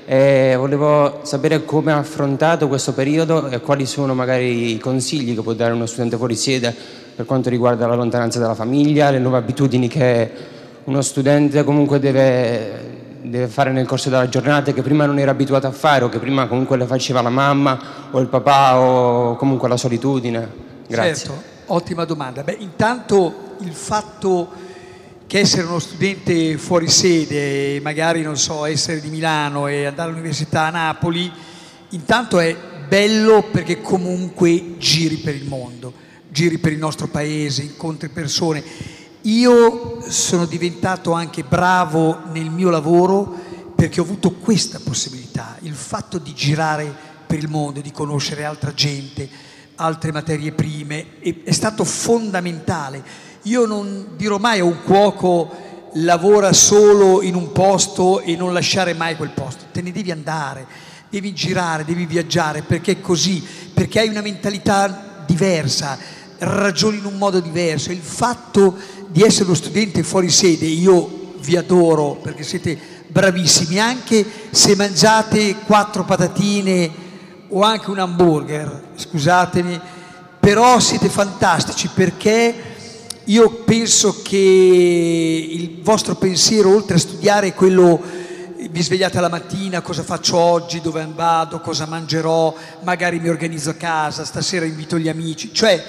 Volevo sapere come ha affrontato questo periodo e quali sono magari i consigli che può dare uno studente fuori sede per quanto riguarda la lontananza dalla famiglia, le nuove abitudini che uno studente comunque deve fare nel corso della giornata, che prima non era abituato a fare, o che prima comunque le faceva la mamma o il papà, o comunque la solitudine. Grazie. Certo, ottima domanda. Beh, intanto il fatto che essere uno studente fuori sede, magari non so, essere di Milano e andare all'università a Napoli, intanto è bello perché comunque giri per il mondo, giri per il nostro paese, incontri persone. Io sono diventato anche bravo nel mio lavoro perché ho avuto questa possibilità, il fatto di girare per il mondo, di conoscere altra gente, altre materie prime, è stato fondamentale. Io non dirò mai a un cuoco lavora solo in un posto e non lasciare mai quel posto, te ne devi andare, devi girare, devi viaggiare, perché è così, perché hai una mentalità diversa, ragioni in un modo diverso. Il fatto di essere uno studente fuori sede, io vi adoro perché siete bravissimi, anche se mangiate 4 patatine o anche un hamburger, scusatemi, però siete fantastici, perché io penso che il vostro pensiero, oltre a studiare, è quello: vi svegliate la mattina, cosa faccio oggi, dove vado, cosa mangerò, magari mi organizzo a casa, stasera invito gli amici, cioè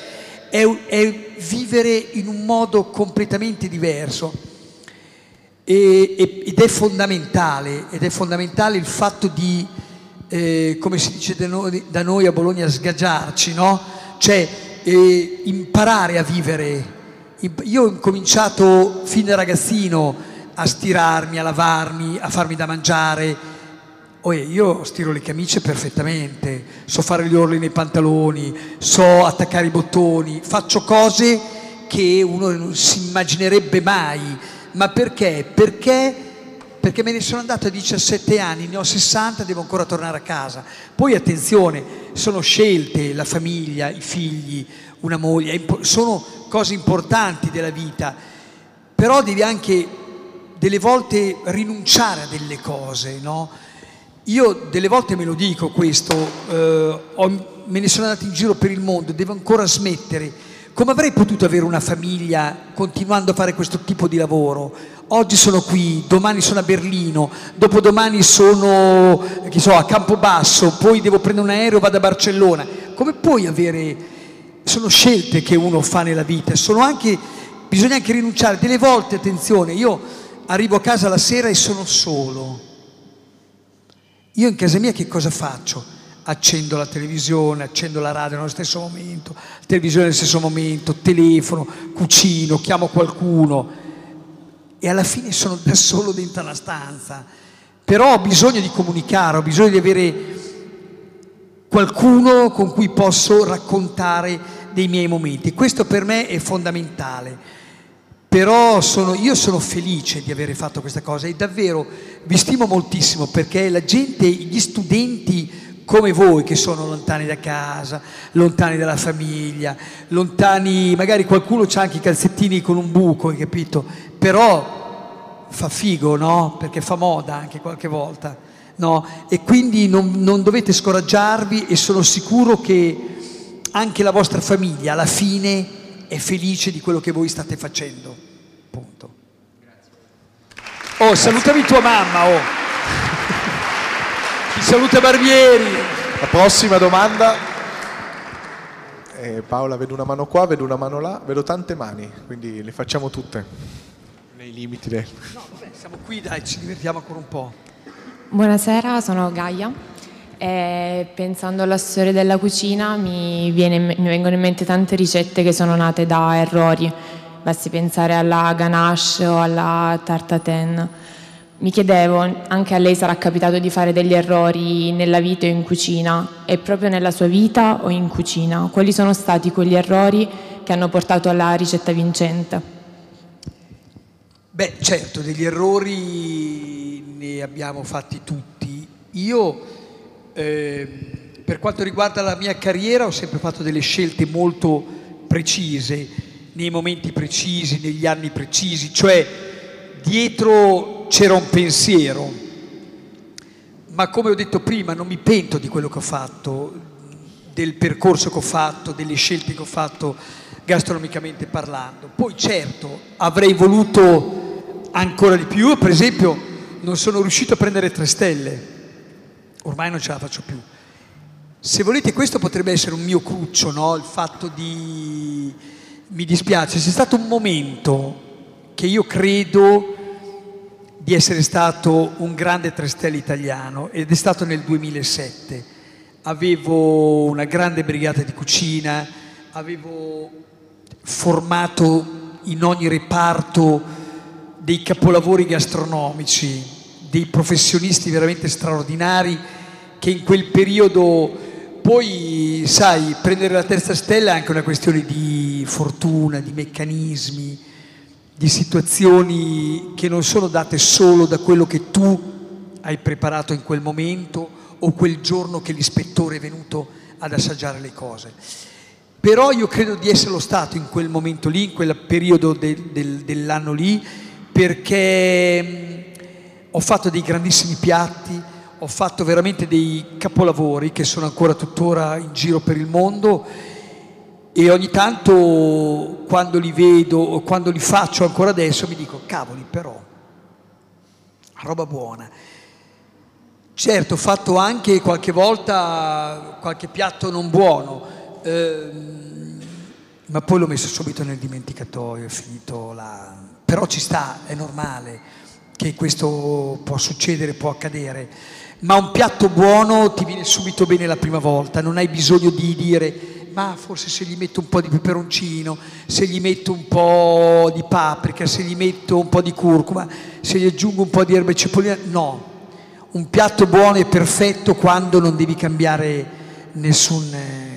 è vivere in un modo completamente diverso ed è fondamentale il fatto di, come si dice da noi a Bologna, sgagiarci, no? Cioè imparare a vivere. Io ho incominciato fin da ragazzino a stirarmi, a lavarmi, a farmi da mangiare. Io stiro le camicie perfettamente, so fare gli orli nei pantaloni, so attaccare i bottoni, faccio cose che uno non si immaginerebbe mai. Ma perché? Perché me ne sono andato a 17 anni, ne ho 60, devo ancora tornare a casa. Poi attenzione, sono scelte, la famiglia, i figli, una moglie, sono cose importanti della vita, però devi anche delle volte rinunciare a delle cose, no? Io delle volte me lo dico questo, me ne sono andato in giro per il mondo, devo ancora smettere. Come avrei potuto avere una famiglia continuando a fare questo tipo di lavoro? Oggi sono qui, domani sono a Berlino, dopodomani sono, che so, a Campobasso, poi devo prendere un aereo e vado a Barcellona. Come puoi avere... Sono scelte che uno fa nella vita, bisogna anche rinunciare. Delle volte, attenzione, io arrivo a casa la sera e sono solo. Io in casa mia che cosa faccio? Accendo la televisione, accendo la radio nello stesso momento, televisione nello stesso momento, telefono, cucino, chiamo qualcuno e alla fine sono da solo dentro la stanza. Però ho bisogno di comunicare, ho bisogno di avere qualcuno con cui posso raccontare dei miei momenti. Questo per me è fondamentale. Però io sono felice di aver fatto questa cosa e davvero vi stimo moltissimo, perché la gente, gli studenti come voi, che sono lontani da casa, lontani dalla famiglia, lontani, magari qualcuno c'ha anche i calzettini con un buco, hai capito? Però fa figo, no? Perché fa moda anche qualche volta, no? E quindi non dovete scoraggiarvi, e sono sicuro che anche la vostra famiglia alla fine è felice di quello che voi state facendo. Punto. Grazie. Salutami tua mamma, Ti saluta Barbieri. La prossima domanda. Paola, vedo una mano qua, vedo una mano là, vedo tante mani, quindi le facciamo tutte, nei limiti del... No, vabbè, siamo qui, dai, ci divertiamo ancora un po'. Buonasera, sono Gaia. Pensando alla storia della cucina mi vengono in mente tante ricette che sono nate da errori, basti pensare alla ganache o alla tarte tatin. Mi chiedevo, anche a lei sarà capitato di fare degli errori nella vita o in cucina, e proprio nella sua vita o in cucina, quali sono stati quegli errori che hanno portato alla ricetta vincente? Beh, certo, degli errori ne abbiamo fatti tutti. Io per quanto riguarda la mia carriera ho sempre fatto delle scelte molto precise, nei momenti precisi, negli anni precisi, cioè dietro c'era un pensiero, ma come ho detto prima non mi pento di quello che ho fatto, del percorso che ho fatto, delle scelte che ho fatto gastronomicamente parlando. Poi certo avrei voluto ancora di più, per esempio non sono riuscito a prendere 3 stelle, ormai non ce la faccio più. Se volete questo potrebbe essere un mio cruccio, no? Il fatto di... mi dispiace, c'è stato un momento che io credo di essere stato un grande 3 stelle italiano ed è stato nel 2007. Avevo una grande brigata di cucina, avevo formato in ogni reparto dei capolavori gastronomici, dei professionisti veramente straordinari che in quel periodo, poi sai, prendere la terza stella è anche una questione di fortuna, di meccanismi, di situazioni che non sono date solo da quello che tu hai preparato in quel momento o quel giorno che l'ispettore è venuto ad assaggiare le cose. Però io credo di esserlo stato in quel momento lì, in quel periodo dell'anno lì, perché ho fatto dei grandissimi piatti, ho fatto veramente dei capolavori che sono ancora tuttora in giro per il mondo e ogni tanto quando li vedo o quando li faccio ancora adesso mi dico cavoli, però roba buona. Certo, ho fatto anche qualche volta qualche piatto non buono, ma poi l'ho messo subito nel dimenticatoio, è finito là. Però ci sta, è normale che questo può succedere, può accadere, ma un piatto buono ti viene subito bene la prima volta, non hai bisogno di dire ma forse se gli metto un po' di peperoncino, se gli metto un po' di paprika, se gli metto un po' di curcuma, se gli aggiungo un po' di erba e cipollina, no. Un piatto buono è perfetto quando non devi cambiare nessun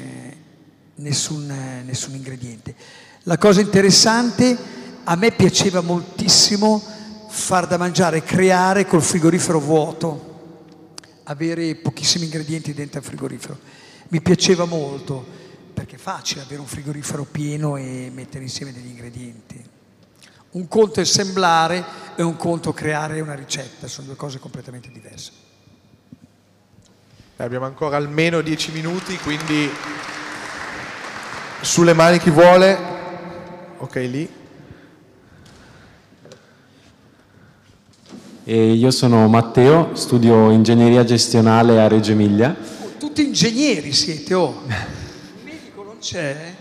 ingrediente. La cosa interessante, a me piaceva moltissimo far da mangiare, creare col frigorifero vuoto, avere pochissimi ingredienti dentro al frigorifero. Mi piaceva molto, perché è facile avere un frigorifero pieno e mettere insieme degli ingredienti. Un conto è assemblare e un conto creare una ricetta, sono due cose completamente diverse. Abbiamo ancora almeno 10 minuti, quindi sulle mani chi vuole. Ok, lì. Io sono Matteo, studio ingegneria gestionale a Reggio Emilia. Tutti ingegneri siete, oh! Un medico non c'è?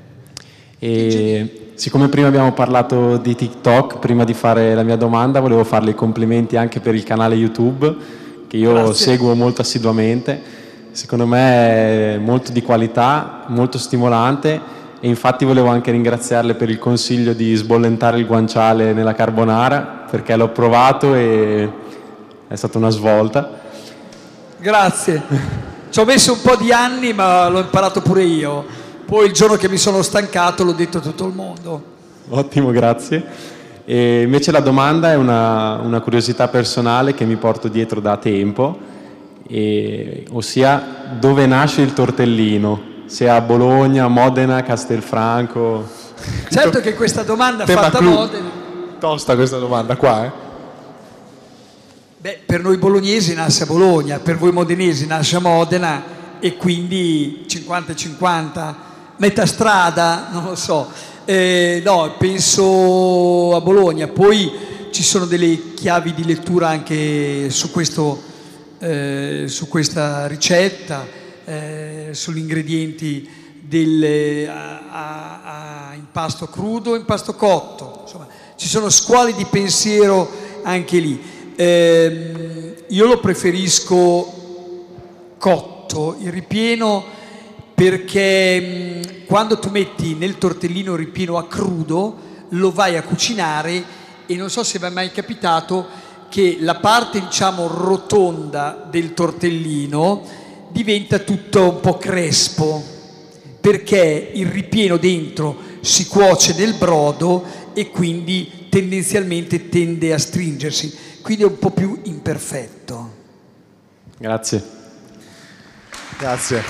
E siccome prima abbiamo parlato di TikTok, prima di fare la mia domanda volevo farle i complimenti anche per il canale YouTube che io seguo molto assiduamente. Secondo me è molto di qualità, molto stimolante e infatti volevo anche ringraziarle per il consiglio di sbollentare il guanciale nella carbonara perché l'ho provato e è stata una svolta. Grazie, ci ho messo un po' di anni ma l'ho imparato pure io, poi il giorno che mi sono stancato l'ho detto a tutto il mondo. Ottimo, grazie. E invece la domanda è una curiosità personale che mi porto dietro da tempo, ossia dove nasce il tortellino? Se a Bologna, Modena, Castelfranco? Certo che questa domanda fatta a Modena... Tosta questa domanda qua, eh? Beh, per noi bolognesi nasce a Bologna, per voi modenesi nasce a Modena e quindi 50-50, metà strada, non lo so. No, penso a Bologna, poi ci sono delle chiavi di lettura anche su questa ricetta, sugli ingredienti del impasto crudo e impasto cotto, insomma ci sono scuole di pensiero anche lì. Io lo preferisco cotto, il ripieno, perché quando tu metti nel tortellino il ripieno a crudo lo vai a cucinare e non so se vi è mai capitato che la parte diciamo rotonda del tortellino diventa tutto un po' crespo perché il ripieno dentro si cuoce nel brodo e quindi tendenzialmente tende a stringersi, quindi è un po' più imperfetto. Grazie. Grazie.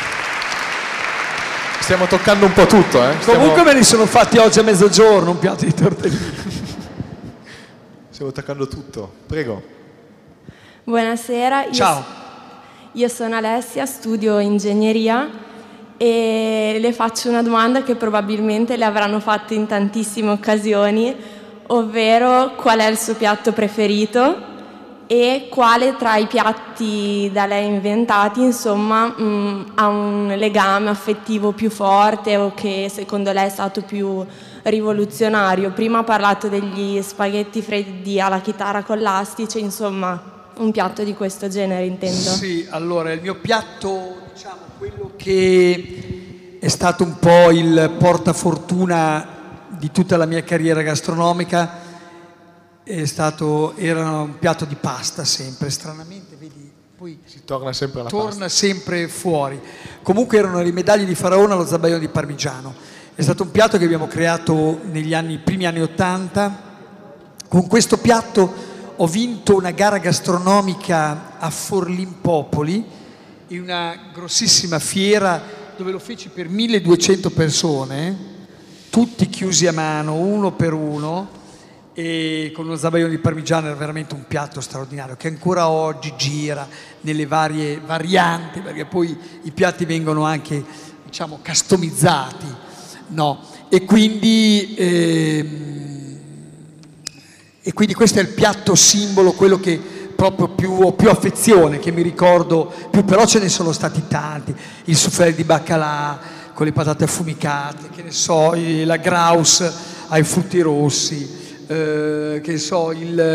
Stiamo toccando un po' tutto, eh? Comunque me li sono fatti oggi a mezzogiorno un piatto di tortellini. Stiamo toccando tutto, prego. Buonasera. Ciao. Io sono Alessia, studio ingegneria e le faccio una domanda che probabilmente le avranno fatto in tantissime occasioni, ovvero qual è il suo piatto preferito e quale tra i piatti da lei inventati, insomma, ha un legame affettivo più forte o che secondo lei è stato più rivoluzionario. Prima ha parlato degli spaghetti freddi alla chitarra con l'astice, insomma, un piatto di questo genere intendo. Sì, allora il mio piatto, diciamo, quello che è stato un po' il portafortuna di tutta la mia carriera gastronomica era un piatto di pasta sempre, stranamente, vedi, poi si torna sempre alla torna sempre fuori. Comunque erano le medaglie di Faraone allo zabaione di parmigiano. È stato un piatto che abbiamo creato negli primi anni '80. Con questo piatto ho vinto una gara gastronomica a Forlimpopoli, in una grossissima fiera dove lo feci per 1200 persone, tutti chiusi a mano, uno per uno, e con uno zabaione di parmigiano. Era veramente un piatto straordinario che ancora oggi gira nelle varie varianti, perché poi i piatti vengono anche, diciamo, customizzati, no? E quindi questo è il piatto simbolo, quello che proprio ho più affezione, che mi ricordo più, però ce ne sono stati tanti. Il soufflé di baccalà con le patate affumicate, che ne so, la graus ai frutti rossi, che ne so,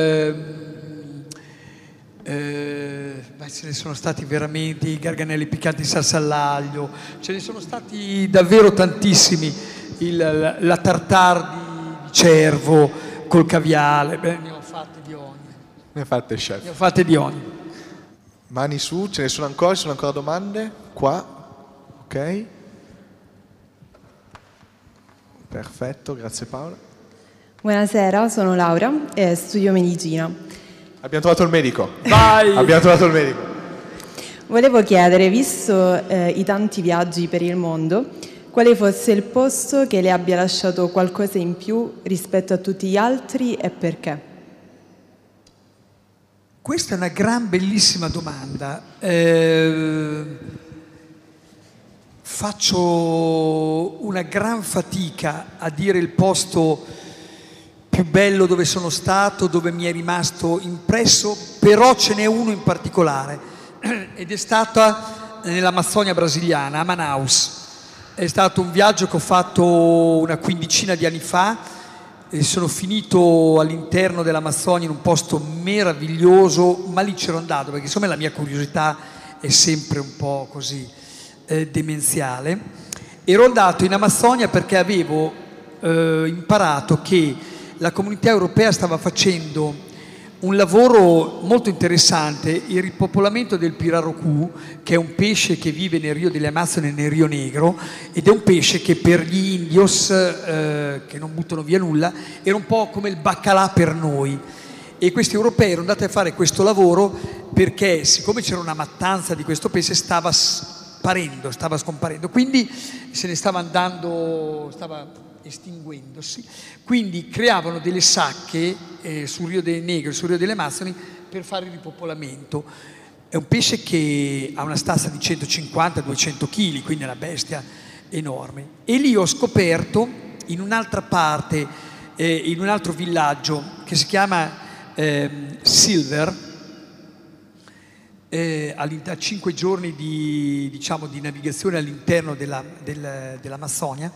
ce ne sono stati veramente, i garganelli piccanti in salsa all'aglio, ce ne sono stati davvero tantissimi, la tartare di cervo col caviale, ne ho fatte di ogni. Ne ha fatte, chef. Ne ho fatte di ogni. Mani su, ce ne sono ancora? Ci sono ancora domande? Qua? Ok. Perfetto, grazie Paola. Buonasera, sono Laura e studio medicina. Abbiamo trovato il medico. Vai! Abbiamo trovato il medico. Volevo chiedere, visto i tanti viaggi per il mondo, quale fosse il posto che le abbia lasciato qualcosa in più rispetto a tutti gli altri e perché? Questa è una bellissima domanda. Faccio una gran fatica a dire il posto più bello dove sono stato, dove mi è rimasto impresso, però ce n'è uno in particolare ed è stata nell'Amazzonia brasiliana, a Manaus. È stato un viaggio che ho fatto una quindicina di anni fa e sono finito all'interno dell'Amazzonia in un posto meraviglioso, ma lì c'ero andato perché insomma la mia curiosità è sempre un po' così demenziale. Ero andato in Amazzonia perché avevo imparato che la Comunità Europea stava facendo un lavoro molto interessante, il ripopolamento del pirarucu, che è un pesce che vive nel Rio delle Amazzoni e nel Rio Negro, ed è un pesce che per gli indios, che non buttano via nulla, era un po' come il baccalà per noi. E questi europei erano andati a fare questo lavoro perché, siccome c'era una mattanza di questo pesce, stava scomparendo, quindi se ne stava andando, stava estinguendosi, quindi creavano delle sacche sul Rio del Negro e sul Rio delle Amazzoni per fare il ripopolamento. È un pesce che ha una stazza di 150-200 kg, quindi è una bestia enorme. E lì ho scoperto in un'altra parte, in un altro villaggio che si chiama Silver, a 5 giorni di navigazione all'interno dell'Amazzonia,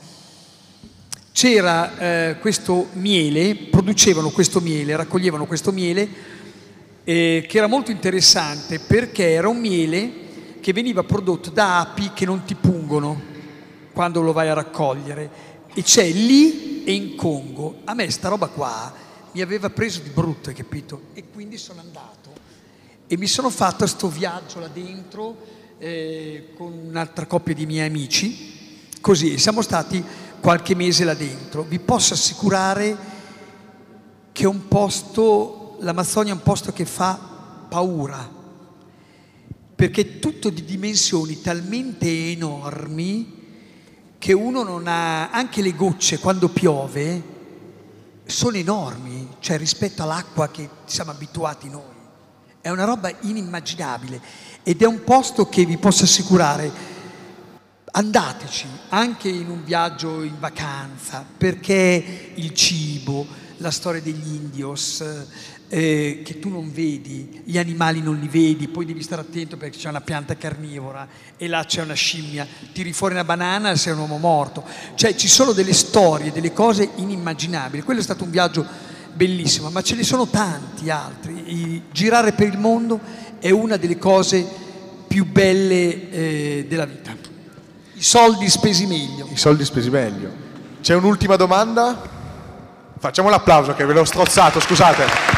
c'era questo miele, producevano questo miele, raccoglievano questo miele che era molto interessante perché era un miele che veniva prodotto da api che non ti pungono quando lo vai a raccogliere, e c'è lì e in Congo. A me sta roba qua mi aveva preso di brutto, hai capito? E quindi sono andato e mi sono fatto sto viaggio là dentro con un'altra coppia di miei amici, così siamo stati qualche mese là dentro. Vi posso assicurare che è un posto, l'Amazzonia è un posto che fa paura, perché è tutto di dimensioni talmente enormi che uno non ha, anche le gocce quando piove sono enormi, cioè rispetto all'acqua che siamo abituati noi. È una roba inimmaginabile ed è un posto che vi posso assicurare, andateci anche in un viaggio in vacanza, perché il cibo, la storia degli indios, che tu non vedi, gli animali non li vedi, poi devi stare attento perché c'è una pianta carnivora e là c'è una scimmia, tiri fuori una banana e sei un uomo morto. Cioè ci sono delle storie, delle cose inimmaginabili. Quello è stato un viaggio bellissimo, ma ce ne sono tanti altri. Girare per il mondo è una delle cose più belle della vita. I soldi spesi meglio. I soldi spesi meglio. C'è un'ultima domanda? Facciamo l'applauso che ve l'ho strozzato, scusate.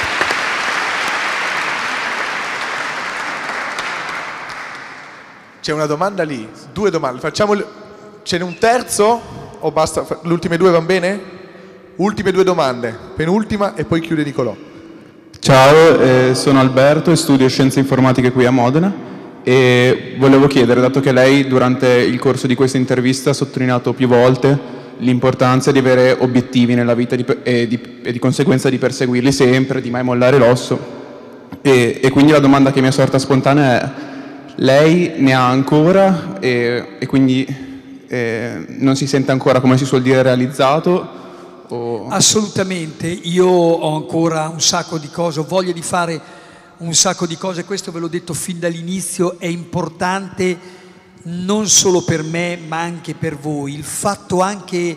C'è una domanda lì, 2 domande. Ce n'è un terzo o basta? Le ultime 2 van bene? Ultime 2 domande, penultima e poi chiude Nicolò. Ciao, sono Alberto e studio Scienze Informatiche qui a Modena e volevo chiedere, dato che lei durante il corso di questa intervista ha sottolineato più volte l'importanza di avere obiettivi nella vita e di conseguenza di perseguirli sempre, di mai mollare l'osso, e quindi la domanda che mi è sorta spontanea è: lei ne ha ancora e quindi non si sente ancora, come si suol dire, realizzato? Assolutamente, io ho ancora un sacco di cose, ho voglia di fare un sacco di cose, questo ve l'ho detto fin dall'inizio, è importante non solo per me ma anche per voi, il fatto anche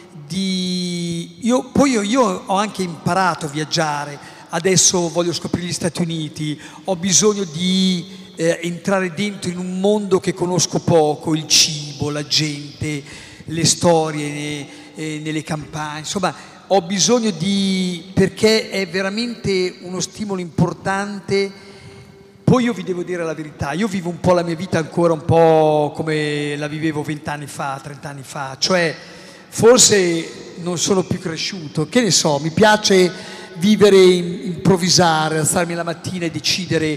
di... Io ho anche imparato a viaggiare, adesso voglio scoprire gli Stati Uniti, ho bisogno di entrare dentro in un mondo che conosco poco, il cibo, la gente, le storie nelle campagne, insomma ho bisogno perché è veramente uno stimolo importante. Poi io vi devo dire la verità, io vivo un po' la mia vita ancora un po' come la vivevo 20 anni fa, 30 anni fa, cioè forse non sono più cresciuto, che ne so, mi piace vivere, improvvisare, alzarmi la mattina e decidere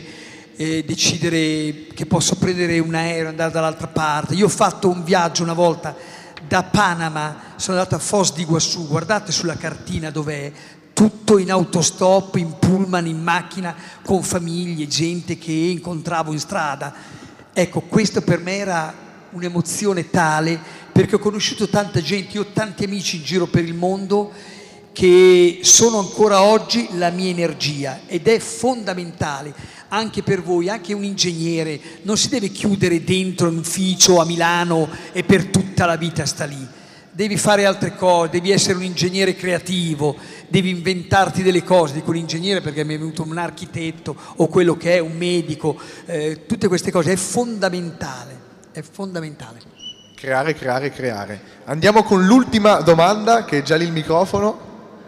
che posso prendere un aereo e andare dall'altra parte. Io ho fatto un viaggio una volta da Panama, sono andato a Foz di Iguazú, guardate sulla cartina dov'è, tutto in autostop, in pullman, in macchina, con famiglie, gente che incontravo in strada. Ecco, questo per me era un'emozione tale, perché ho conosciuto tanta gente, io ho tanti amici in giro per il mondo che sono ancora oggi la mia energia, ed è fondamentale anche per voi. Anche un ingegnere non si deve chiudere dentro un ufficio a Milano e per tutta la vita sta lì, devi fare altre cose, devi essere un ingegnere creativo, devi inventarti delle cose. Dico un ingegnere perché mi è venuto un architetto o quello che è un medico, tutte queste cose, è fondamentale, è fondamentale. Creare. Andiamo con l'ultima domanda, che è già lì il microfono.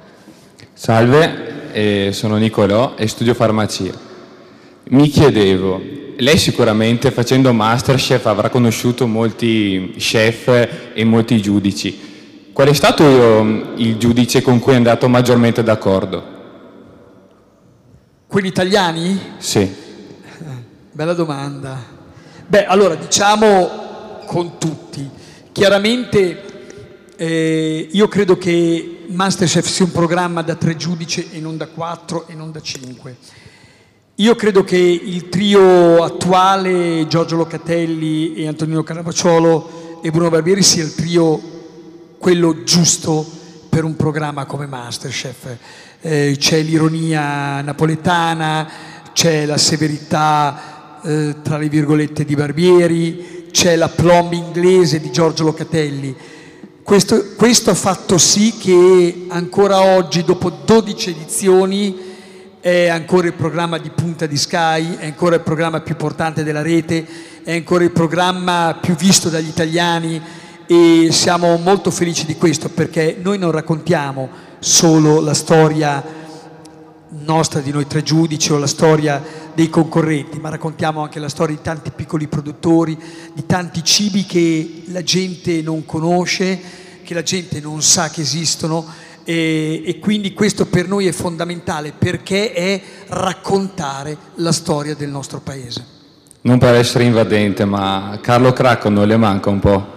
Salve, sono Nicolò e studio farmacia. Mi chiedevo, lei sicuramente facendo Masterchef avrà conosciuto molti chef e molti giudici. Qual è stato il giudice con cui è andato maggiormente d'accordo? Quelli italiani? Sì. Bella domanda. Beh, allora diciamo con tutti. Chiaramente io credo che Masterchef sia un programma da 3 giudici e non da 4 e non da 5. Io credo che il trio attuale, Giorgio Locatelli e Antonino Cannavacciolo e Bruno Barbieri, sia il trio quello giusto per un programma come Masterchef. C'è l'ironia napoletana, c'è la severità tra le virgolette di Barbieri, c'è la plomb inglese di Giorgio Locatelli. Questo ha fatto sì che ancora oggi, dopo 12 edizioni, è ancora il programma di punta di Sky, è ancora il programma più importante della rete, è ancora il programma più visto dagli italiani, e siamo molto felici di questo, perché noi non raccontiamo solo la storia nostra di noi 3 giudici o la storia dei concorrenti, ma raccontiamo anche la storia di tanti piccoli produttori, di tanti cibi che la gente non conosce, che la gente non sa che esistono. E quindi questo per noi è fondamentale, perché è raccontare la storia del nostro paese. Non per essere invadente, ma Carlo Cracco non le manca un po'?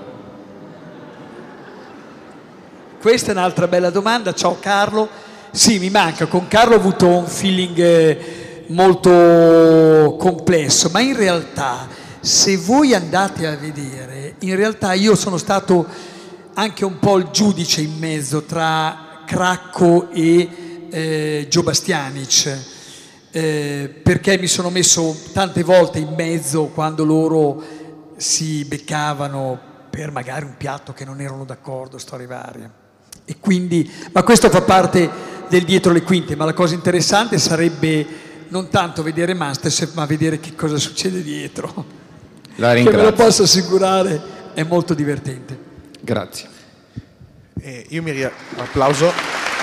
Questa è un'altra bella domanda. Ciao Carlo. Sì, mi manca. Con Carlo ho avuto un feeling molto complesso, ma in realtà se voi andate a vedere, in realtà io sono stato anche un po' il giudice in mezzo tra Cracco e Gio Bastianic, perché mi sono messo tante volte in mezzo quando loro si beccavano per magari un piatto che non erano d'accordo, storie varie. E quindi, ma questo fa parte del dietro le quinte, ma la cosa interessante sarebbe non tanto vedere Masterchef, ma vedere che cosa succede dietro. La ringrazio. Che ve lo posso assicurare, è molto divertente. Grazie. Applauso.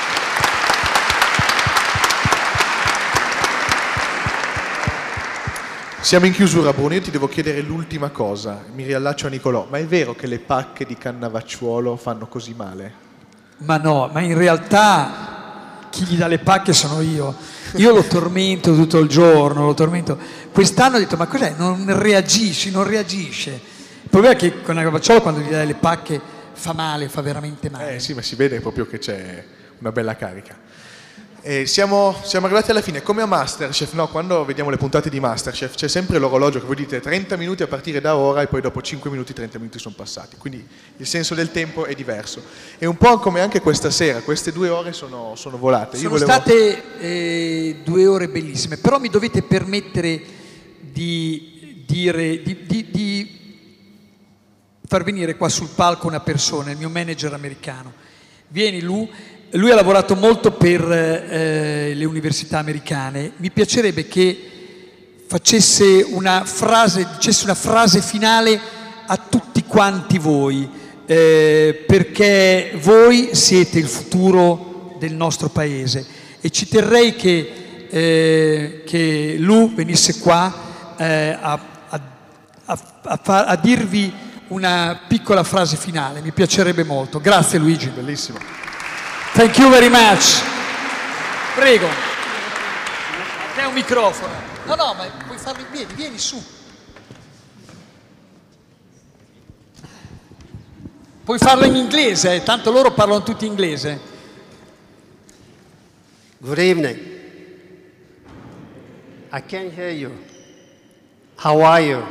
Siamo in chiusura, Bruno, io ti devo chiedere l'ultima cosa, mi riallaccio a Nicolò, ma è vero che le pacche di Cannavacciuolo fanno così male? Ma no, ma in realtà chi gli dà le pacche sono io. Io lo tormento tutto il giorno, lo tormento. Quest'anno ho detto, ma cos'è? Non reagisce. Il problema è che con Cannavacciuolo quando gli dai le pacche fa male, fa veramente male. Sì, ma si vede proprio che c'è una bella carica. Siamo arrivati alla fine, come a Masterchef, no? Quando vediamo le puntate di Masterchef c'è sempre l'orologio che voi dite 30 minuti a partire da ora e poi dopo 5 minuti 30 minuti sono passati, quindi il senso del tempo è diverso. È un po' come anche questa sera, queste 2 ore sono volate. Sono state 2 ore bellissime, però mi dovete permettere di far venire qua sul palco una persona, il mio manager americano. Vieni lui ha lavorato molto per le università americane. Mi piacerebbe che dicesse una frase finale a tutti quanti voi, perché voi siete il futuro del nostro paese e ci terrei che Lu venisse qua a dirvi una piccola frase finale. Mi piacerebbe molto. Grazie Luigi. Bellissimo. Thank you very much. Prego. C'è un microfono. No, ma puoi farlo in piedi, vieni su. Puoi farlo in inglese, tanto loro parlano tutti inglese. Good evening. I can't hear you. How are you?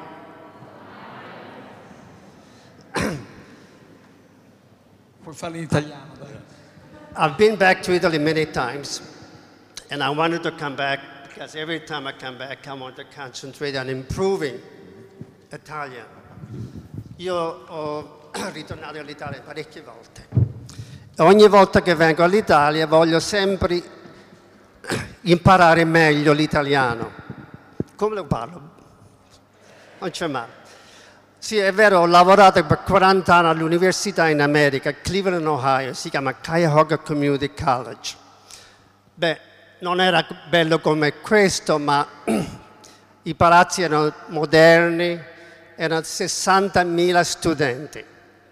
Puoi farlo in italiano, dai. I've been back to Italy many times, and I wanted to come back because every time I come back, I want to concentrate on improving Italian. Io ho ritornato all'Italia parecchie volte. Ogni volta che vengo all'Italia voglio sempre imparare meglio l'italiano. Come lo parlo? Non c'è male. Sì, è vero, ho lavorato per 40 anni all'università in America, a Cleveland, Ohio, si chiama Cuyahoga Community College. Beh, non era bello come questo, ma i palazzi erano moderni, erano 60.000 studenti.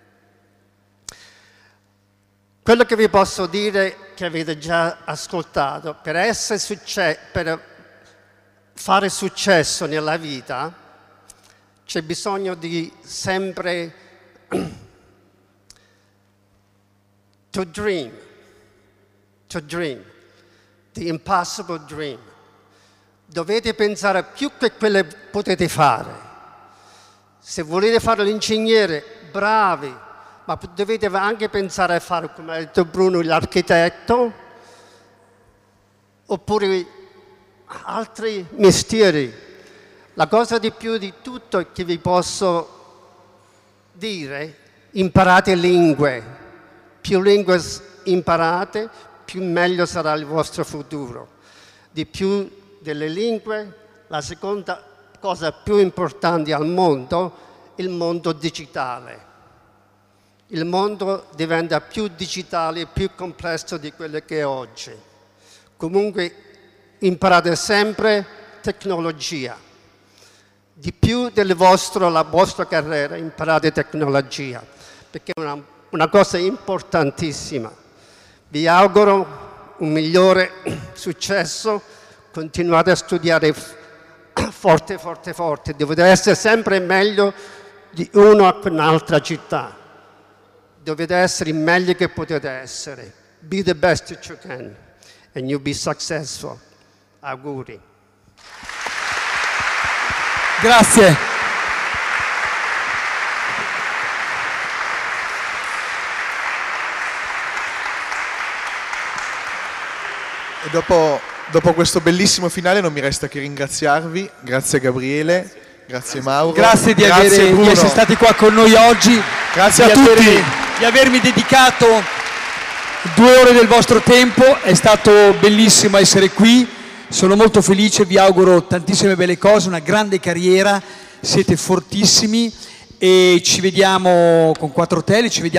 Quello che vi posso dire, che avete già ascoltato, per fare successo nella vita, c'è bisogno di sempre to dream, the impossible dream. Dovete pensare più che quello che potete fare. Se volete fare l'ingegnere, bravi, ma dovete anche pensare a fare, come ha detto Bruno, l'architetto, oppure altri mestieri. La cosa di più di tutto che vi posso dire, imparate lingue. Più lingue imparate, più meglio sarà il vostro futuro. Di più delle lingue, la seconda cosa più importante al mondo, il mondo digitale. Il mondo diventa più digitale e più complesso di quello che è oggi. Comunque imparate sempre tecnologia. Di più la vostra carriera imparate tecnologia, perché è una cosa importantissima. Vi auguro un migliore successo, continuate a studiare forte. Dovete essere sempre meglio di un'altra città. Dovete essere il meglio che potete essere. Be the best that you can and you'll be successful. Auguri. Grazie. E dopo questo bellissimo finale non mi resta che ringraziarvi. Grazie Gabriele, grazie Mauro. Grazie di essere stati qua con noi oggi. Grazie a tutti. Di avermi dedicato 2 ore del vostro tempo. È stato bellissimo essere qui. Sono molto felice, vi auguro tantissime belle cose, una grande carriera. Siete fortissimi e ci vediamo con 4 Hotel, ci vediamo